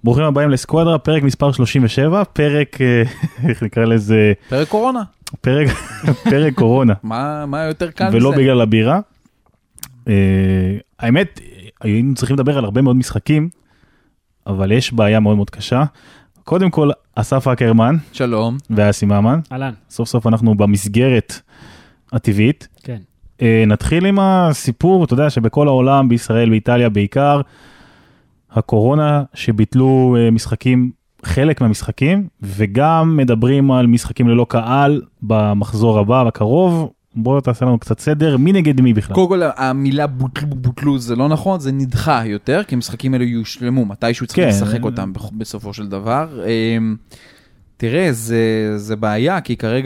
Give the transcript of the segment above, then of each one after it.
ברוכים הבאים לסקואדרה, פרק מספר 37, פרק, איך נקרא לזה? פרק קורונה. פרק קורונה. מה יותר קל מזה? ולא בגלל הבירה. האמת, היינו צריכים לדבר על הרבה מאוד משחקים, אבל יש בעיה מאוד מאוד קשה. קודם כל, אסף אקרמן. שלום. ואסי ממן. אהלן. סוף סוף אנחנו במסגרת הטבעית. כן. נתחיל עם הסיפור, אתה יודע שבכל העולם, בישראל, באיטליה בעיקר, הקורונה שביטלו משחקים, חלק מהמשחקים, וגם מדברים על משחקים ללא קהל במחזור הבא, בקרוב. בואו תעשה לנו קצת סדר, מי נגד מי בכלל? קודם כל, המילה בוטלו זה לא נכון, זה נדחה יותר, כי המשחקים האלו יושלמו, מתישהו צריך לשחק אותם בסופו של דבר. תראה, זה בעיה, כי כרגע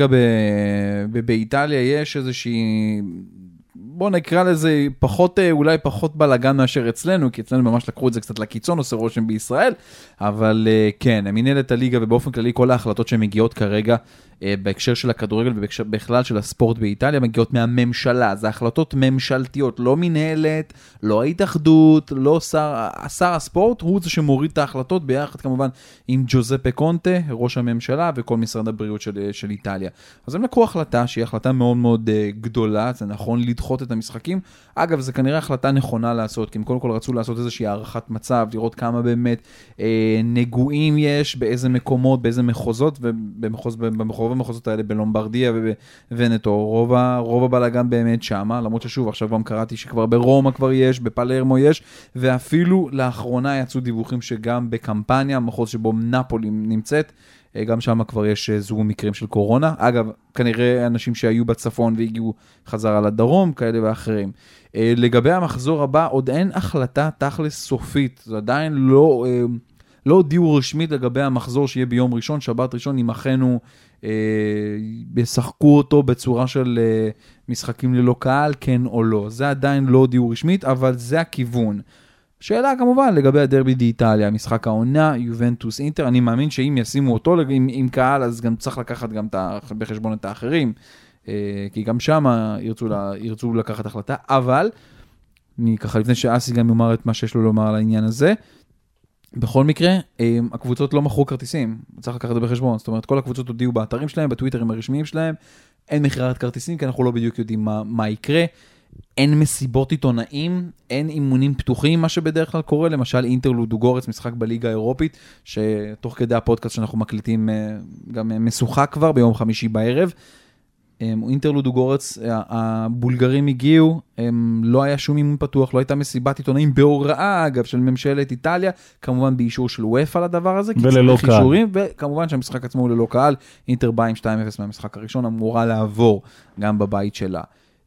באיטליה יש איזושהי, בוא נקרא לזה אולי פחות בלגן מאשר אצלנו, כי אצלנו ממש לקחו את זה קצת לקיצון, עושה רושם בישראל, אבל כן, מנהלת הליגה ובאופן כללי כל ההחלטות שמגיעות כרגע, בהקשר של הכדורגל ובכלל של הספורט באיטליה, מגיעות מהממשלה, זה החלטות ממשלתיות, לא מנהלת, לא ההתאחדות, לא שר הספורט, הוא זה שמוריד את ההחלטות ביחד כמובן עם ג'וזפה קונטה, ראש הממשלה וכל משרד הבריאות של איטליה. אז הם לקחו החלטה שהיא החלטה מאוד מאוד גדולה, זה נכון לדחות את המשחקים, אגב זה כנראה החלטה נכונה לעשות, כי הם קודם כל רצו לעשות איזושהי הערכת מצב, לראות כמה באמת נגועים יש, באיזה מקומות, באיזה מחוזות, רוב המחוזות האלה בלומברדיה ובוונטו, רוב הבלגן באמת שמה, למרות ששוב, עכשיו גם קראתי שכבר ברומא כבר יש, בפלרמו יש, ואפילו לאחרונה יצאו דיווחים שגם בקמפניה, המחוז שבו נפולי נמצאת, גם שם כבר יש זוג מקרים של קורונה. אגב, כנראה אנשים שהיו בצפון והגיעו חזרה לדרום, כאלה ואחרים. לגבי המחזור הבא, עוד אין החלטה תכלס סופית, זה עדיין לא הודיעו רשמית לגבי המחזור שיהיה ביום ראשון, שבת ראשון, אם אכנו ישחקו אותו בצורה של משחקים ללא קהל, כן או לא. זה עדיין לא הודיעו רשמית, אבל זה הכיוון. שאלה כמובן לגבי הדרבי באיטליה, משחק העונה, יובנטוס אינטר, אני מאמין שאם ישימו אותו עם קהל, אז גם צריך לקחת גם בחשבון את האחרים, כי גם שם ירצו לקחת החלטה, אבל אני ככה לפני שאסי גם יאמר את מה שיש לו לומר על העניין הזה, בכל מקרה, הקבוצות לא מכרו כרטיסים, צריך לקחת את זה בחשבון, זאת אומרת, כל הקבוצות הודיעו באתרים שלהם, בטוויטרים הרשמיים שלהם, אין מכירת כרטיסים, כי אנחנו לא בדיוק יודעים מה יקרה, אין מסיבות עיתונאים, אין אימונים פתוחים, מה שבדרך כלל קורה, למשל אינטר לודוגורץ, משחק בליגה האירופית, שתוך כדי הפודקאסט שאנחנו מקליטים גם משוחק כבר ביום חמישי בערב, אינטר לודוגורץ, הבולגרים הגיעו, לא היה שום אימון פתוח, לא הייתה מסיבת עיתונאים בהוראה, אגב, של ממשלת איטליה, כמובן באישור של וופא לדבר הזה, וללא קהל. וכמובן שהמשחק עצמו הוא ללא קהל, אינטר בא עם 2-0 מהמשחק הראשון, אמורה לעבור גם בבית שלה.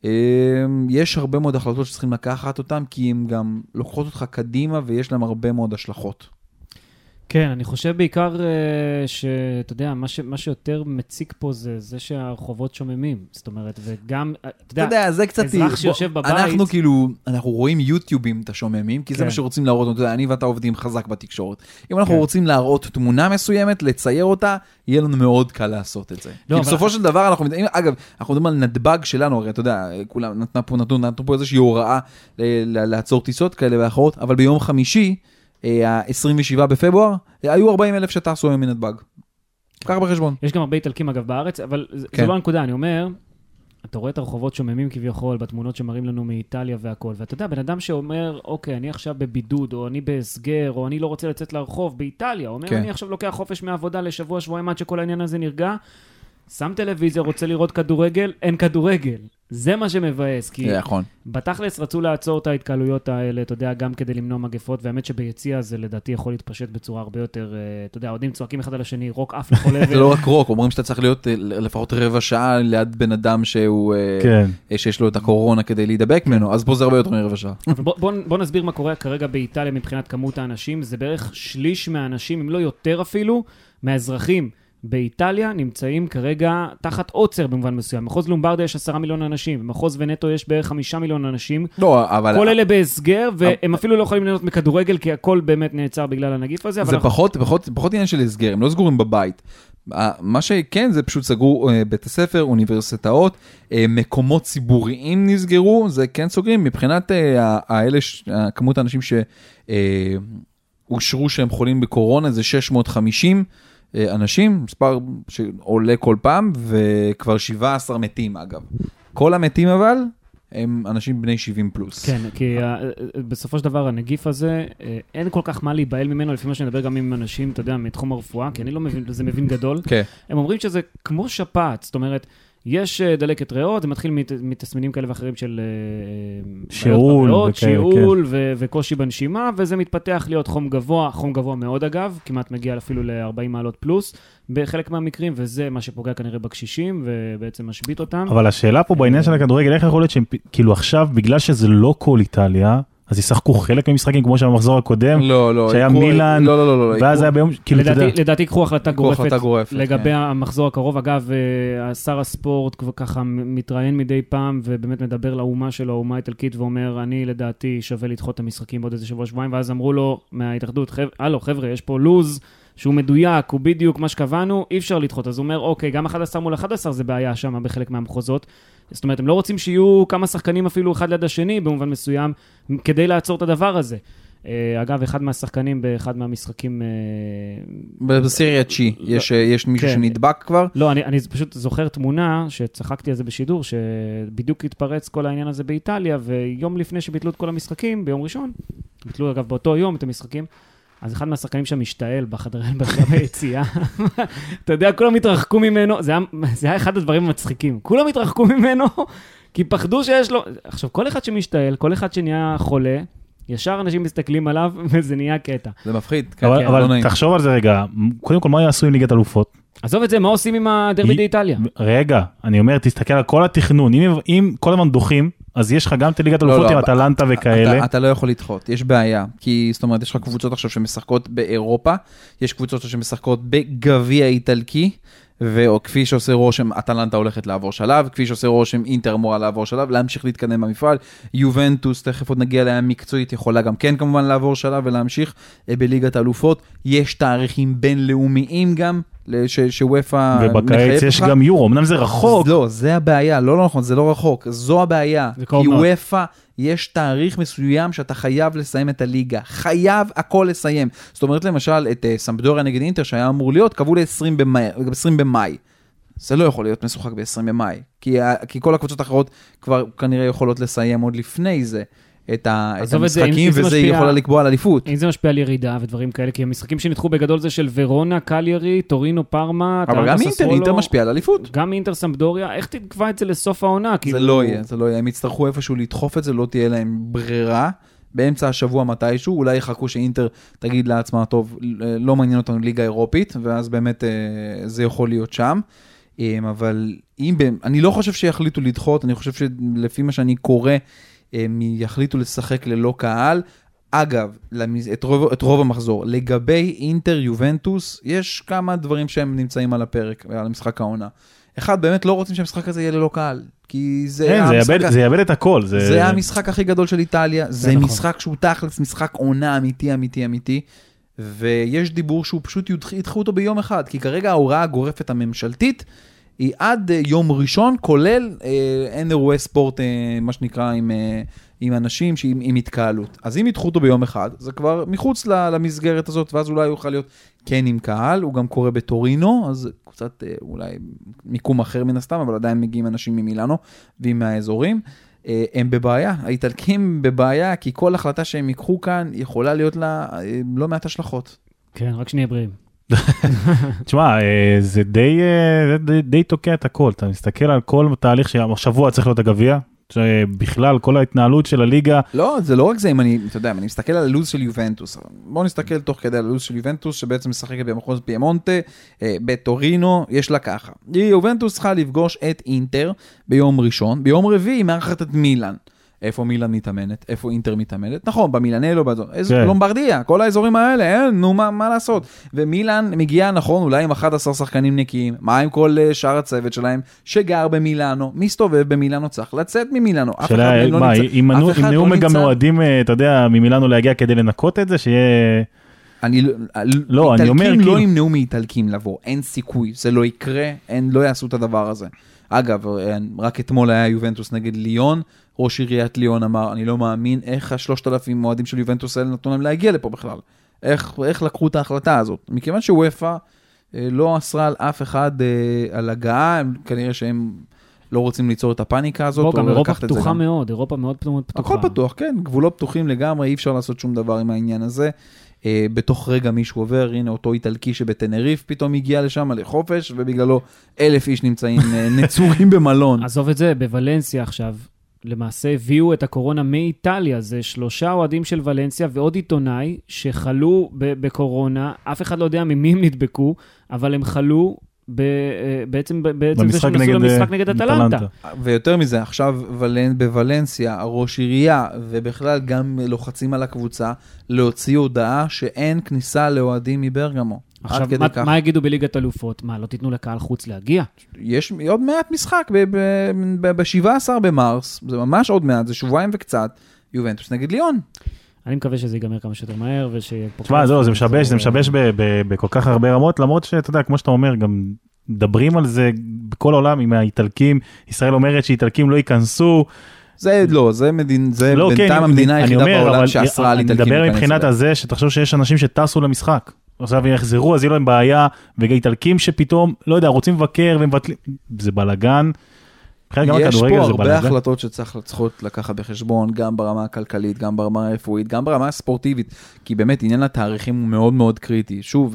יש הרבה מאוד החלטות שצריכים לקחת אותם, כי הם גם לוקחות אותך קדימה, ויש להם הרבה מאוד השלכות. כן, אני חושב בעיקר שאתה יודע, מה שיותר מציק פה זה שהרחובות שוממים, זאת אומרת, וגם, אתה יודע, זה קצת, אזרח שיושב בבית, אנחנו רואים יוטיובים את השוממים, כי זה מה שרוצים להראות, אתה יודע, אני ואתה עובדים חזק בתקשורת. אם אנחנו רוצים להראות תמונה מסוימת, לצייר אותה, יהיה לנו מאוד קל לעשות את זה. כי בסופו של דבר, אגב, אנחנו מדברים על נדבג שלנו, הרי אתה יודע, כולם נתנו פה איזושהי הוראה לעצור טיסות כאלה ואחרות, אבל ביום חמישי, ה-27 בפברואר, היו 40,000 שטסו היום מנתב"ג. כך בחשבון. יש גם הרבה איטלקים אגב בארץ, אבל זה לא הנקודה, אני אומר, אתה רואה את הרחובות שוממים כביכול, בתמונות שמראים לנו מאיטליה והכל, ואתה יודע, בן אדם שאומר, אוקיי, אני עכשיו בבידוד, או אני בהסגר, או אני לא רוצה לצאת לרחוב באיטליה, אומר, אני עכשיו לוקח חופש מעבודה לשבוע, שבועיים עד שכל העניין הזה נרגע, שם טלוויזיה, רוצה לראות כדורגל, אין כדורגל. זה מה שמבאס, כי בתכלס רצו לעצור את ההתקהלויות האלה, אתה יודע, גם כדי למנוע מגפות, והאמת שביציאה זה לדעתי יכול להתפשט בצורה הרבה יותר, אתה יודע, עודים צועקים אחד על השני, רוק אף לכל עבר. זה לא רק רוק, אומרים שאתה צריך להיות לפחות רבע שעה ליד בן אדם שיש לו את הקורונה כדי להידבק ממנו, אז פה זה הרבה יותר מרבע שעה. בוא נסביר מה קורה כרגע באיטליה מבחינת כמות האנשים, זה בערך שליש מהאנשים, אם לא יותר אפילו, מהאזרחים. באיטליה נמצאים כרגע תחת עוצר במובן מסוים. במחוז לומברדיה יש 10 מיליון אנשים, במחוז ונטו יש בערך 5 מיליון אנשים. לא, אבל כל אלה בהסגר, והם אפילו לא יכולים ליהנות מכדורגל, כי הכל באמת נעצר בגלל הנגיף הזה. זה פחות עניין של הסגר, הם לא סגורים בבית. מה שכן, זה פשוט סגרו בית הספר, אוניברסיטאות, מקומות ציבוריים נסגרו, זה כן סוגרים. מבחינת כמות האנשים אושרו שהם חולים בקורונה, זה 650 אנשים, מספר שעולה כל פעם, וכבר 17 מתים אגב. כל המתים אבל, הם אנשים בני 70 פלוס. כן, כי בסופו של דבר הנגיף הזה, אין כל כך מה להיבהל ממנו, לפי מה שאני מדבר גם עם אנשים, אתה יודע, מתחום הרפואה, כי אני לא מבין, זה מבין גדול. כן. הם אומרים שזה כמו שפעת, זאת אומרת, יש דלקת ריאות, זה מתחיל מתסמינים כאלה ואחרים של שיעול וקושי בנשימה, וזה מתפתח להיות חום גבוה מאוד אגב, כמעט מגיע אפילו ל-40 מעלות פלוס, בחלק מהמקרים, וזה מה שפוגע כנראה בקשישים, ובעצם משבית אותם. אבל השאלה פה בעניין של הכדורגל, איך יכול להיות שהם, כאילו עכשיו, בגלל שזה לא כל איטליה, אז ישחקו חלק ממשחקים, כמו שהמחזור הקודם, שהיה מילאן, ואז היה ביום, כאילו, אתה יודע. לדעתי קחו החלטה גורפת לגבי המחזור הקרוב. אגב, שר הספורט ככה מתראיין מדי פעם, ובאמת מדבר לאומה שלו, האומה האיטלקית, ואומר, אני לדעתי שווה לדחות את המשחקים בעוד איזה שבוע-שבועיים, ואז אמרו לו מההתאחדות, חבר'ה, יש פה לוז שהוא מדויק, הוא בדיוק מה שקבענו, אי אפשר לדחות. אז הוא אומר, אוקיי, גם 11 מול 11 זה בעיה שם בחלק מהמחוזות. זאת אומרת, הם לא רוצים שיהיו כמה שחקנים אפילו אחד ליד השני, במובן מסוים, כדי לעצור את הדבר הזה. אגב, אחד מהשחקנים באחד מהמשחקים... בסיריה צ'י, יש מישהו שנדבק כבר? לא, אני פשוט זוכר תמונה שצחקתי על זה בשידור, שבדיוק התפרץ כל העניין הזה באיטליה, ויום לפני שביטלו את כל המשחקים, ביום ראשון, ביטלו אגב באותו יום את המשחקים, אז אחד מהשחקנים שם משתעל בחדרי הלבשה ביציאה. אתה יודע, כולם התרחקו ממנו, זה היה אחד הדברים המצחיקים. כולם התרחקו ממנו, כי פחדו שיש לו... עכשיו, כל אחד שמשתעל, כל אחד שנהיה חולה, ישר אנשים מסתכלים עליו, וזה נהיה קטע. זה מפחיד. אבל תחשוב על זה רגע, קודם כל, מה יעשו עם ליגת אלופות? עזוב את זה, מה עושים עם הדרבי באיטליה? רגע, אני אומר, תסתכל על כל התכנון. אם כל הזמן דוחים, אז יש לך גם את ליגת אלופות עם אטלנטה וכאלה. אתה לא יכול לדחות, יש בעיה. כי, זאת אומרת, יש לך קבוצות עכשיו שמשחקות באירופה, יש קבוצות שמשחקות בגביע האיטלקי, וכפי שעושה רושם, אטלנטה הולכת לעבור שלב, כפי שעושה רושם, אינטר אמורה לעבור שלב, להמשיך להתקדם במפעל. יובנטוס, תכף עוד נגיע להם מקצועית, יכולה גם כן כמובן לעבור שלב ולהמשיך בליגת האלופות. יש תאריכים בינלאומיים גם, שוופא מחייב אותך. ובקיץ יש גם יורו, אמנם זה רחוק. לא, זה הבעיה, לא נכון, זה לא רחוק, זו הבעיה. כי וופא, יש תאריך מסוים שאתה חייב לסיים את הליגה, חייב הכל לסיים. זאת אומרת למשל, את סמפדוריה נגד אינטר שהיה אמור להיות, קבעו ל-20 במאי. זה לא יכול להיות משוחק ב-20 במאי, כי כל הקבוצות האחרות כבר כנראה יכולות לסיים עוד לפני זה. את המשחקים, וזה יכולה לקבוע על אליפות. אם זה משפיע על ירידה ודברים כאלה, כי המשחקים שנדחו בגדול זה של ורונה, קליירי, טורינו, פרמה, אבל גם אינטר משפיע על אליפות. גם אינטר סמפדוריה, איך תקבע את זה לסוף העונה? זה לא יהיה, הם יצטרכו איפשהו לדחוף את זה, לא תהיה להם ברירה, באמצע השבוע מתישהו, אולי יחכו שאינטר תגיד לעצמה, טוב, לא מעניין אותנו ליגה אירופית, ואז באמת זה יכול להיות שם. אבל אני לא חושב שיחליטו לדחות, אני חושב שלפי מה שאני קורא, הם יחליטו לשחק ללא קהל. אגב, את רוב המחזור, לגבי אינטר יובנטוס, יש כמה דברים שהם נמצאים על הפרק, על המשחק העונה. אחד, באמת לא רוצים שהמשחק הזה יהיה ללא קהל, כי זה יאבד את הכל. זה המשחק הכי גדול של איטליה, זה משחק שהוא תכלס, משחק עונה אמיתי, ויש דיבור שהוא פשוט ידחו אותו ביום אחד, כי כרגע ההוראה הגורפת הממשלתית, היא עד יום ראשון, כולל אין אירועי ספורט, מה שנקרא, עם אנשים, עם התקהלות. אז אם ידחו אותו ביום אחד, זה כבר מחוץ למסגרת הזאת, ואז אולי הוא יוכל להיות כן עם קהל, הוא גם קורה בטורינו, אז קצת אולי מיקום אחר מן הסתם, אבל עדיין מגיעים אנשים ממילאנו ומהאזורים. הם בבעיה, האיטלקים בבעיה, כי כל החלטה שהם ייקחו כאן, יכולה להיות לה לא מעט השלכות. כן, רק שנהיה בריאים. תשמע, זה די תוקע את הכל, אתה מסתכל על כל תהליך שהשבוע צריך להיות הגביע, שבכלל כל ההתנהלות של הליגה... לא, זה לא רק זה, אם אני מסתכל על הלוז של יובנטוס, בואו נסתכל תוך כדי על הלוז של יובנטוס, שבעצם משחקת במחוז פיימונטה, בטורינו, יש לה ככה. יובנטוס צריכה לפגוש את אינטר ביום ראשון, ביום רביעי היא מארחת את מילאן. איפה מילאן מתאמנת, איפה אינטר מתאמנת, נכון, במילאנלו, לומברדיה, כל האזורים האלה, נו, מה לעשות? ומילאן מגיעה, נכון, אולי עם 11 שחקנים נקיים, מה עם כל שאר הצוות שלהם, שגר במילאנו, מסתובב במילאנו, צריך לצאת ממילאנו, אף אחד לא נמצא. אם נאום גם מועדים, אתה יודע, ממילאנו להגיע כדי לנקות את זה, שיהיה... איטלקים לא ימנעו מאיטלקים לבוא, אין סיכוי, זה לא יקרה, לא יעשו את הדבר הזה. אגב, רק אתמול היה יובנטוס נגד ליון, ראש עיריית ליון אמר, אני לא מאמין איך 3,000 מועדים של יובנטוס האלה נתנו להם להגיע לפה בכלל. איך לקחו את ההחלטה הזאת. מכיוון שוופא לא אסרה על אף אחד על הגעה, כנראה שהם לא רוצים ליצור את הפאניקה הזאת. גם אירופה פתוחה מאוד, אירופה מאוד פתוחה. הכל פתוח, כן, גבולות פתוחים לגמרי, אי אפשר לעשות שום דבר עם העניין הזה. בתוך רגע מישהו עובר, הנה אותו איטלקי שבטנריף פתאום הגיע לשם לחופש, ובגללו 1,000 איש נמצאים נצורים במלון. עזוב את זה, בוולנסיה עכשיו, למעשה הביאו את הקורונה מאיטליה, זה 3 אוהדים של ולנסיה ועוד עיתונאי שחלו בקורונה, אף אחד לא יודע ממי הם נדבקו, אבל הם חלו בעצם זה שהם נסעו למשחק נגד אטלנטה. ויותר מזה, עכשיו בוולנסיה, הראש עירייה, ובכלל גם לוחצים על הקבוצה, להוציא הודעה שאין כניסה לאוהדים מברגמו. עכשיו, מה יגידו בליגת אלופות? מה, לא תיתנו לקהל חוץ להגיע? יש עוד מעט משחק, ב-17 במרס, זה ממש עוד מעט, זה שבועיים וקצת, יובנטוס נגד ליון. אני מקווה שזה ייגמר כמה שיותר מהר, תשמע, זה משבש בכל כך הרבה רמות, למרות שאתה יודע, כמו שאתה אומר, גם מדברים על זה בכל העולם עם האיטלקים, ישראל אומרת שאיטלקים לא ייכנסו. זה לא, זה בינתיים המדינה היחידה בעולם שאסרה על איטלקים. אני מדבר מבחינת הזה, שתחשוב שיש אנשים שטסו למשחק, עכשיו יחזרו, אז יהיה להם בעיה, ואיטלקים שפתאום, לא יודע, רוצים לבקר ומבטלים, זה בלגן. יש פה הרבה החלטות שצריכות לקחת בחשבון, גם ברמה הכלכלית, גם ברמה הרפואית, גם ברמה הספורטיבית, כי באמת עניין לתאריכים הוא מאוד מאוד קריטי. שוב,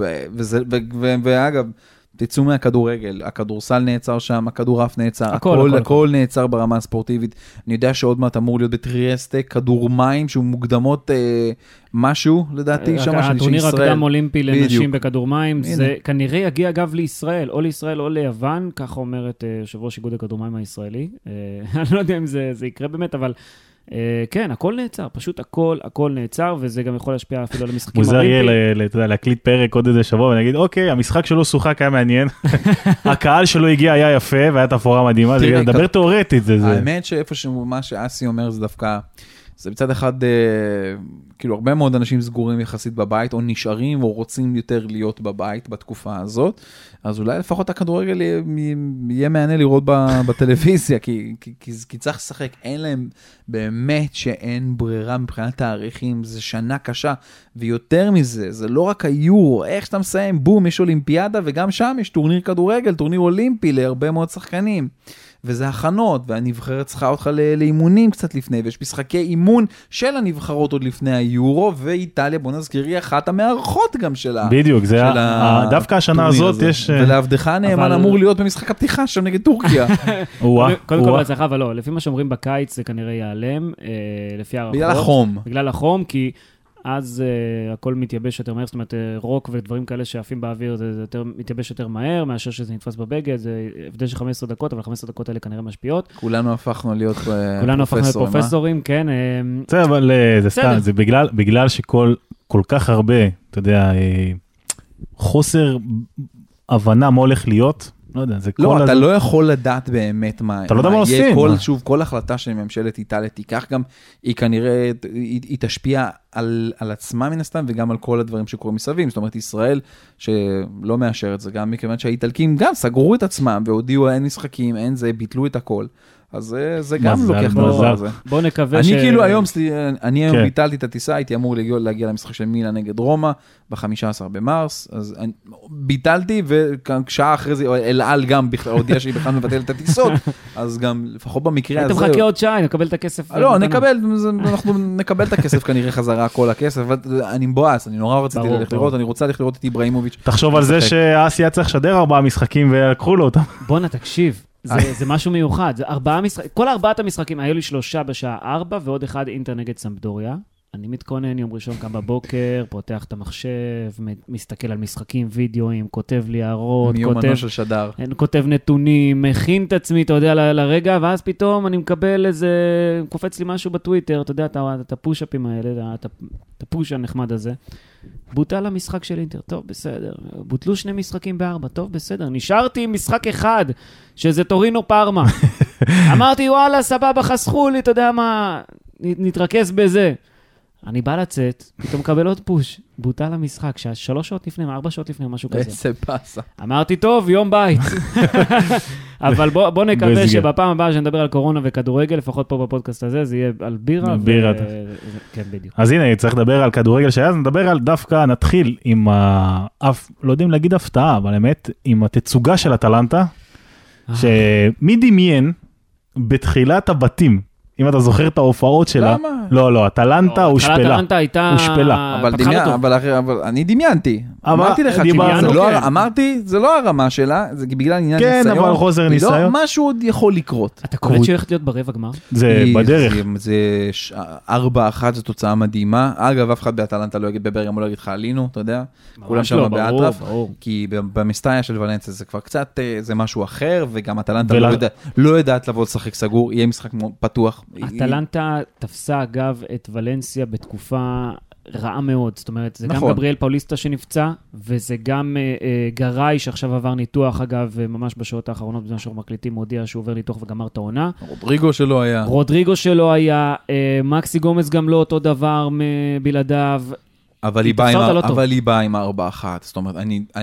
ואגב, תצאו מהכדורגל, הכדורסל נעצר שם, הכדורעף נעצר, הכל נעצר ברמה הספורטיבית. אני יודע שעוד מעט אמור להיות בטריאסטה, כדור מים שהוא מוקדמות משהו, לדעתי, שם הטורניר הקדם אולימפי לנשים בכדור מים, זה כנראה יגיע אגב לישראל, או לישראל או ליוון, ככה אומרת יושב ראש איגוד הכדור מים הישראלי. אני לא יודע אם זה יקרה באמת, אבל כן, הכל נעצר, פשוט הכל נעצר, וזה גם יכול להשפיע אפילו על המשחקים האולימפיים. מוזר יהיה להקליט פרק עוד איזה שבוע, ונגיד, אוקיי, המשחק שלו שוחק היה מעניין, הקהל שלו הגיע היה יפה, והיה תפאורה מדהימה, זה לדבר תיאורטית. האמת שאיפה שמה שאסי אומר זה דווקא, זה מצד אחד, כאילו הרבה מאוד אנשים סגורים יחסית בבית, או נשארים, או רוצים יותר להיות בבית בתקופה הזאת, אז אולי לפחות הכדורגל יהיה מענה לראות בטלוויזיה, כי צריך לשחק, אין להם באמת שאין ברירה מבחינת תאריכים, זה שנה קשה, ויותר מזה, זה לא רק היורו, איך שאתה מסיים, בום, יש אולימפיאדה, וגם שם יש טורניר כדורגל, טורניר אולימפי להרבה מאוד שחקנים. וזה הכנות, והנבחרת צריכה אותך לאימונים קצת לפני, ויש משחקי אימון של הנבחרות עוד לפני היורו, ואיטליה, בוא נזכיר, היא אחת המארחות גם שלה. בדיוק, זה דווקא השנה הזאת יש... ולהבדך הנאמן אמור להיות במשחק הפתיחה שם נגד טורקיה. קודם כל בהצלחה, אבל לא, לפי מה שאומרים בקיץ זה כנראה ייעלם, לפי הערכות. בגלל החום. בגלל החום, כי... אז הכל מתייבש יותר מהר, זאת אומרת, רוק ודברים כאלה שעפים באוויר, זה מתייבש יותר מהר, מאשר שזה נתפס בבגד, זה הבדל של 15 דקות, אבל 15 דקות האלה כנראה משפיעות. כולנו הפכנו להיות פרופסורים. כולנו הפכנו להיות פרופסורים, כן. זה אבל, זה סתם, זה בגלל שכל כך הרבה, אתה יודע, חוסר הבנה מה הולך להיות, לא יודע, זה לא, אתה לא יכול לדעת באמת מה... אתה לא יודע מה עושים. שוב, כל החלטה של ממשלת איטליה תיקח גם, היא כנראה, היא תשפיע על עצמה מן הסתם, וגם על כל הדברים שקורים מסביב. זאת אומרת, ישראל, שלא מאשר את זה, גם מכיוון שהאיטלקים גם סגרו את עצמם, והודיעו אין משחקים, אין זה, ביטלו את הכל. אז זה גם לוקח דבר הזה. בוא נקווה אני כאילו היום, אני היום ביטלתי את הטיסה, הייתי אמור להגיע למשחק של מילה נגד רומא, ב-15 במרס, אז ביטלתי, ושעה אחרי זה, אלעל גם הודיע שהיא בכלל מבטל את הטיסות, אז גם לפחות במקרה הזה... היית מחכה עוד שעה, נקבל את הכסף. לא, אנחנו נקבל את הכסף כנראה חזרה, כל הכסף, אבל אני מבואס, אני נורא רציתי ללכת לראות, אני רוצה ללכת לראות את איברהימוביץ'. תחשוב על זה שהאסיה צריך לשדר 4 משחקים ולקחו לו אותם. בוא תקשיב. זה משהו מיוחד, כל 4 המשחקים, היו לי 3 בשעה 4, ועוד 1 אינטר נגד סמפדוריה. אני מתכונן יום ראשון קם בבוקר, פותח את המחשב, מסתכל על משחקים, וידאוים, כותב לי הערות, מיומנו של שדר. כותב נתונים, מכין את עצמי, אתה יודע, לרגע, ואז פתאום אני מקבל איזה, קופץ לי משהו בטוויטר, אתה יודע, את הפושאפים האלה, את הפוש הנחמד הזה. בוטל המשחק של אינטר, טוב, בסדר. בוטלו 2 משחקים ב4, טוב, בסדר. נשארתי עם משחק אחד, שזה טורינו פארמה. אמרתי, וואלה, סבבה, חסכו לי, אתה יודע מה, נתרכז בזה. אני בא לצאת, פתאום מקבל עוד פוש. בוטל המשחק, 3 שעות לפני, 4 שעות לפני, משהו כזה. איזה פסה. אמרתי, טוב, יום בית. אבל בוא נקווה שבפעם הבאה שנדבר על קורונה וכדורגל, לפחות פה בפודקאסט הזה, זה יהיה על בירה. כן, בדיוק. אז הנה, צריך לדבר על כדורגל שהיה, אז נדבר על דווקא, נתחיל עם, לא יודעים להגיד הפתעה, אבל האמת, עם התצוגה של אטלנטה, שמי דמיין בתחילת הבתים, אם אתה זוכר את ההופעות שלה. למה? לא, אטלנטה הושפלה. אטלנטה הייתה... אבל אני דמיינתי. אמרתי לך, אמרתי, זה לא הרמה שלה, זה בגלל עניין ניסיון. כן, אבל חוזר ניסיון. משהו עוד יכול לקרות. אתה קוראת שהולכת להיות ברבע גמר? זה בדרך. זה 4-1, זו תוצאה מדהימה. אגב, אף אחד באטלנטה לא יגיד בברגמו, לא יגיד לך עלינו, אתה יודע? כולם שם באטרף. כי במסטאיה של ולנסיה זה כבר קצת, זה משהו אחר, וגם אטלנטה לא יודעת לבוא לשחק סגור, יהיה משחק פתוח. אטלנטה תפסה אגב את ולנסיה בתקופה רעה מאוד, זאת אומרת, זה גם גבריאל פאוליסטה שנפצע, וזה גם גראי שעכשיו עבר ניתוח, אגב, ממש בשעות האחרונות, בזמן שאנחנו מקליטים, הודיע שהוא עובר ניתוח וגמר את העונה. רודריגו שלו היה, מקסי גומז גם לא אותו דבר בלעדיו. אבל היא באה עם 4-1, זאת אומרת,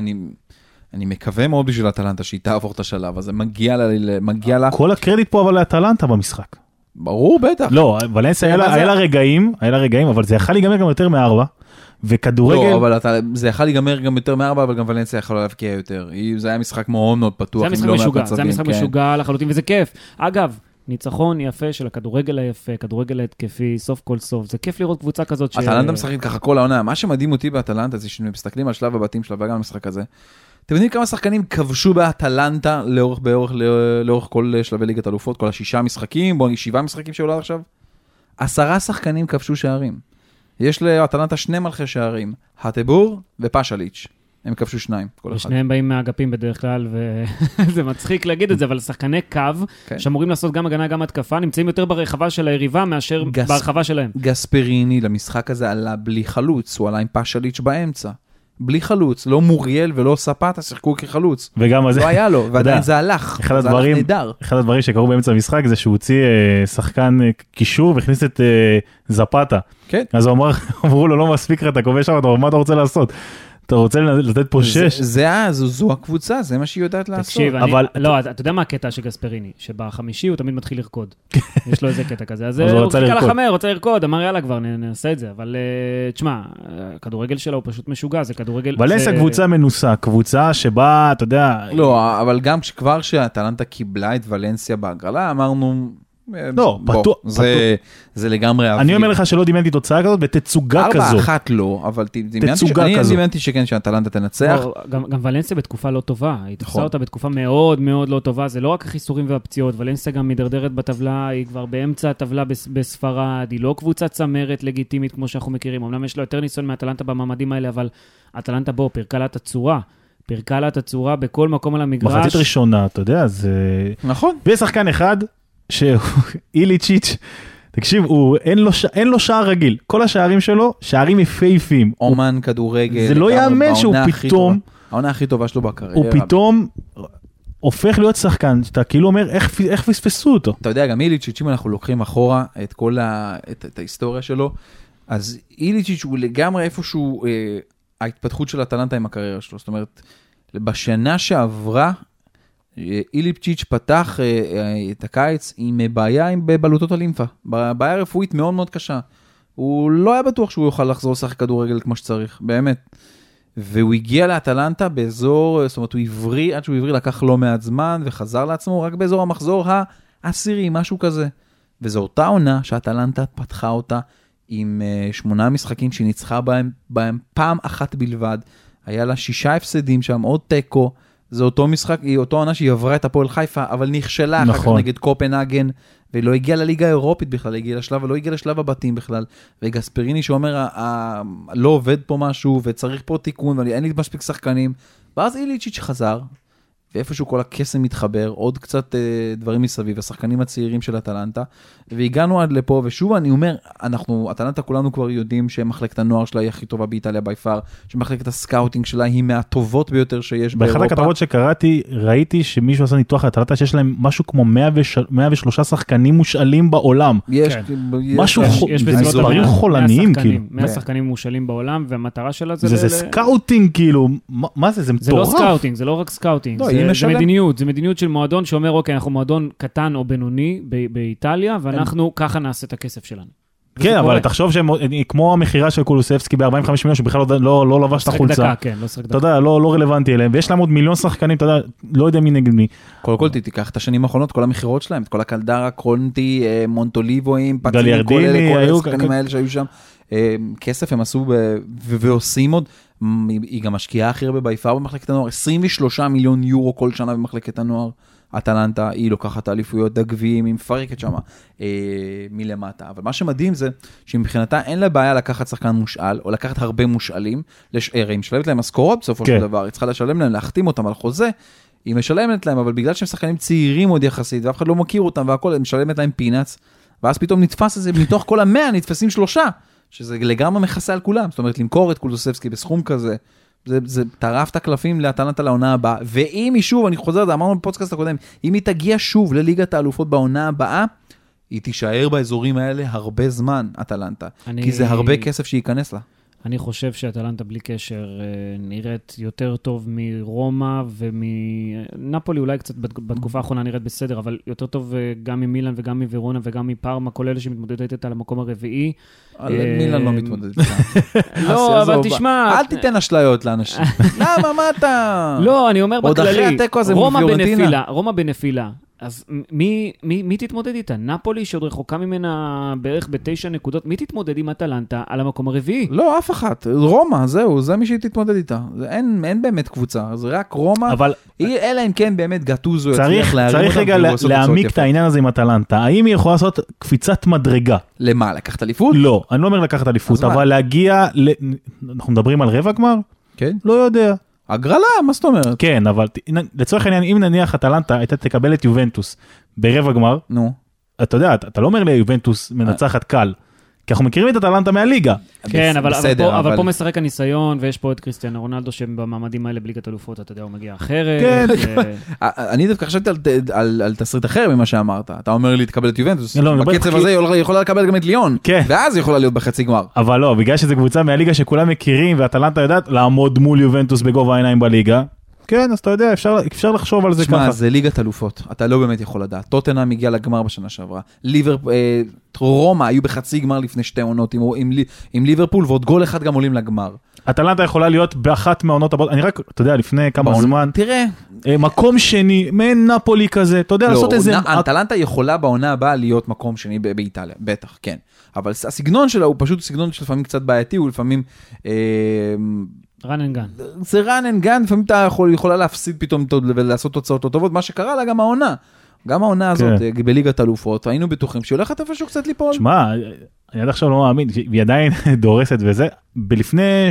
אני מקווה מאוד בשביל אטלנטה שהיא תעבור את השלב, אז זה מגיע לה... כל הקרדיט פה אבל לאטלנטה במשחק. ברור, בטח. לא, ולנסיה היה לה רגעים, אבל זה יכול להיגמר גם יותר מ-4, וכדורגל... לא, אבל זה יכול להיגמר גם יותר מ-4, אבל גם ולנסיה יכולה להבקיע יותר. זה היה משחק מאוד מאוד פתוח. זה משחק משוגע לחלוטין, וזה כיף. אגב, ניצחון יפה של הכדורגל היפה, כדורגל ההתקפי, סוף כל סוף. זה כיף לראות קבוצה כזאת אטלנטה משחקת ככה כל העונה. מה שמדהים אותי באטלנטה זה שמסתכלים על שלב הבתים שלה וגם המשחק הזה. אתם יודעים כמה שחקנים כבשו באטלנטה לאורך כל שלבי ליגת אלופות, כל 6 משחקים, 7 משחקים שעולה עכשיו? 10 שחקנים כבשו שערים. יש לאטלנטה 2 מלכי שערים, הטבור ופשליץ'. הם כבשו 2, כל אחד. ושניהם באים מהאגפים בדרך כלל, וזה מצחיק להגיד את זה, אבל שחקני קו, שאמורים לעשות גם הגנה, גם התקפה, נמצאים יותר ברחבה של היריבה מאשר ברחבה שלהם. גספריני למשחק הזה עלה בלי חלוץ, הוא עלה עם פשליץ' באמצע. בלי חלוץ, לא מוריאל ולא ספטה, שיחקו כחלוץ. וגם לא היה לו, ועדיין זה הלך. אחד הדברים שקרו באמצע המשחק זה שהוא הוציא שחקן קישור והכניס את זפטה. כן. אז אמרו לו, לא מספיק, אתה כובש שם, מה אתה רוצה לעשות? אתה רוצה לתת פה 6? זו הקבוצה, זה מה שהיא יודעת לעשות. תקשיב, לא, אתה יודע מה הקטע של גספריני? שבחמישי הוא תמיד מתחיל לרקוד. יש לו איזה קטע כזה. אז הוא חיכה לחמר, רוצה לרקוד, אמר יאללה כבר, נעשה את זה. אבל תשמע, הכדורגל שלה הוא פשוט משוגע, זה כדורגל... ולנסיה קבוצה מנוסה, קבוצה שבה, אתה יודע... לא, אבל גם כבר שהאטלנטה קיבלה את ולנסיה בהגרלה, אמרנו... לא, פתוח. זה לגמרי אוויר. אני אומר לך שלא דימנתי תוצאה כזאת בתצוגה כזו. 4-1 לא, אבל אני דימנתי שכן שהאטלנטה תנצח. גם ולנסיה בתקופה לא טובה, היא תפסה אותה בתקופה מאוד מאוד לא טובה, זה לא רק החיסורים והפציעות, ולנסיה גם מדרדרת בטבלה, היא כבר באמצע הטבלה בספרד, היא לא קבוצה צמרת לגיטימית כמו שאנחנו מכירים, אמנם יש לה יותר ניסיון מאטלנטה במעמדים האלה, אבל אטלנטה בו פרקה לה את הצורה בכל מקום על המגרש. מחצית ראשונה, אתה יודע, זה... נכון. ושחקן אחד שאיליצ'יץ', תקשיב, אין לו שער רגיל. כל השערים שלו, שערים יפהפיים. אומן, כדורגל. זה לא יאמן שהוא פתאום... העונה הכי טובה שלו בקריירה. הוא פתאום הופך להיות שחקן, שאתה כאילו אומר, איך פספסו אותו? אתה יודע, גם איליצ'יץ', אם אנחנו לוקחים אחורה את כל את ההיסטוריה שלו, אז איליצ'יץ' הוא לגמרי איפשהו ההתפתחות של אטלנטה עם הקריירה שלו. זאת אומרת, בשנה שעברה, איליפצ'יץ' פתח את הקיץ עם בעיה עם בבלוטות הלימפה, בעיה רפואית מאוד מאוד קשה. הוא לא היה בטוח שהוא יוכל לחזור לשחק כדורגל כמו שצריך, באמת. והוא הגיע לאטלנטה באזור, זאת אומרת הוא עברי, עד שהוא עברי לקח לא מעט זמן וחזר לעצמו רק באזור המחזור העשירי, משהו כזה. וזו אותה עונה שאטלנטה פתחה אותה עם 8 משחקים שניצחה בהם פעם אחת בלבד. היה לה 6 הפסדים שם, עוד טקו. זה אותו משחק, היא אותו עונה שהיא עברה את הפועל חיפה, אבל נכשלה אחר כך נגד קופנהגן, ולא הגיעה לליגה האירופית בכלל, הגיעה לשלב, ולא הגיעה לשלב הבתים בכלל. וגספריני שאומר, לא עובד פה משהו, וצריך פה תיקון, ואין לי מספיק שחקנים. ואז איליצ'יץ' חזר, ואיפשהו כל הקסם מתחבר, עוד קצת דברים מסביב, השחקנים הצעירים של אטלנטה, והגענו עד לפה, ושוב אני אומר, אטלנטה כולנו כבר יודעים שמחלקת הנוער שלה היא הכי טובה באיטליה ביפר, שמחלקת הסקאוטינג שלה היא מהטובות ביותר שיש באירופה. באחת הכתבות שקראתי, ראיתי שמישהו עשה ניתוח לאטלנטה שיש להם משהו כמו 103 שחקנים מושאלים בעולם. יש, משהו, דברים חולניים כאילו. 100 שחקנים מושאלים בעולם, והמטרה שלה זה סקאוטינג כאילו, מה זה? זה מטורף. זה לא סקאוטינג, זה לא רק סקאוטינג. זה מדיניות, זה מדיניות של מועדון שאומר, אוקיי, אנחנו מועדון קטן או בינוני באיטליה, ואנחנו ככה נעשה את הכסף שלנו. כן, אבל תחשוב שכמו המחירה של קולוסבסקי ב-45 מיליון, שבכלל לא לבש את החולצה. אתה יודע, לא רלוונטי אליהם, ויש להם עוד מיליון שחקנים, אתה יודע, לא יודע מי נגד מי. קודם כל תיקח את השנים האחרונות, כל המחירות שלהם, את כל הקלדרה, קרונטי, מונטוליבואים, פציני, כל השחקנים האלה שהיו שם. כסף הם עשו ועושים עוד, היא גם משקיעה הכי הרבה ביפר במחלקת הנוער, 23 מיליון יורו כל שנה במחלקת הנוער. אטלנטה, היא לוקחת האליפויות דגבים, היא מפרקת שם מלמטה. אבל מה שמדהים זה שמבחינתה אין לה בעיה לקחת שחקן מושאל, או לקחת הרבה מושאלים, הרי היא משלמת להם משכורות בסופו של דבר, היא צריכה לשלם להם, להחתים אותם על חוזה, היא משלמת להם, אבל בגלל שהם שחקנים צעירים עוד יחסית, ואף אחד לא מכיר אותם והכל, היא משלמת להם פינאץ, ואז פתאום נתפס את זה, מתוך כל 100 נתפסים 3, שזה לגמרי מכסה על כולם, זאת אומרת, למכור את קולוסבסקי בסכום כזה, זה טרף את הקלפים לאטלנטה לעונה הבאה, ואם היא שוב, אני חוזר, אמרנו בפודקאסט הקודם, אם היא תגיע שוב לליגת האלופות בעונה הבאה, היא תישאר באזורים האלה הרבה זמן, אטלנטה, כי זה הרבה כסף שייכנס לה. אני חושב שאטלנטה בלי קשר נראית יותר טוב מרומא ומנפולי, אולי קצת בתקופה האחרונה נראית בסדר, אבל יותר טוב גם ממילאן וגם מוורונה וגם מפארמה, כל אלה שמתמודדת איתה למקום הרביעי. מילאן לא מתמודדת איתה. לא, אבל תשמע... אל תיתן אשליות לאנשים. למה, מה אתה... לא, אני אומר בכללי. עוד אחרי התיקו הזה מפיורנטינה. רומא בנפילה. אז מי תתמודד איתה? נפולי שעוד רחוקה ממנה בערך ב9 נקודות, מי תתמודד עם אטלנטה על המקום הרביעי? לא, אף אחת. רומא, זהו, זה מי שתתמודד איתה. אין באמת קבוצה, זה רק רומא. אלא אם כן באמת גטוזו יצליח להרים אותם. צריך רגע להעמיק את העניין הזה עם אטלנטה. האם היא יכולה לעשות קפיצת מדרגה? למה? לקחת אליפות? לא, אני לא אומר לקחת אליפות, אבל להגיע, אנחנו מדברים על רבע גמר? כן. לא יודע. הגרלה, מה זאת אומרת? כן, אבל לצורך העניין, אם נניח אטלנטה הייתה תקבל את יובנטוס ברבע גמר, אתה יודע, אתה לא אומר לי יובנטוס מנצחת קל, כי אנחנו מכירים את אטלנטה מהליגה. כן, אבל פה משחק הניסיון, ויש פה את קריסטיאנו רונלדו, שבמעמדים האלה בליגת האלופות, אתה יודע, הוא מגיע אחרת. כן. אני דווקא חשבתי על תסריט אחר ממה שאמרת. אתה אומר לי, תקבל את יובנטוס. בקצב הזה היא יכולה לקבל גם את ליון, ואז היא יכולה להיות בחצי גמר. אבל לא, בגלל שזו קבוצה מהליגה שכולם מכירים, ואטלנטה יודעת לעמוד מול יובנטוס בגובה העיניים בליגה. כן, אז אתה יודע, אפשר לחשוב על זה ככה. שמע, זה ליגת אלופות, אתה לא באמת יכול לדעת. טוטנהאם הגיע לגמר בשנה שעברה. רומא היו בחצי גמר לפני 2 עונות עם ליברפול, ועוד גול אחד גם עולים לגמר. אטלנטה יכולה להיות באחת מהעונות הבאות, אני רק, אתה יודע, לפני כמה זמן, תראה, מקום שני, מעין נפולי כזה, אתה יודע, לעשות איזה... אטלנטה יכולה בעונה הבאה להיות מקום שני באיטליה, בטח, כן. אבל הסגנון שלה הוא פשוט סגנון שלפעמים קצת בעייתי, הוא לפעמים... רן אנד גן. זה רן אנד גן, לפעמים אתה יכולה להפסיד פתאום ולעשות תוצאות טובות, מה שקרה לה גם העונה. גם העונה הזאת, בליגת אלופות, היינו בטוחים שהיא הולכת איפשהו קצת ליפול. שמע, אני עד עכשיו לא מאמין, היא עדיין דורסת וזה. בלפני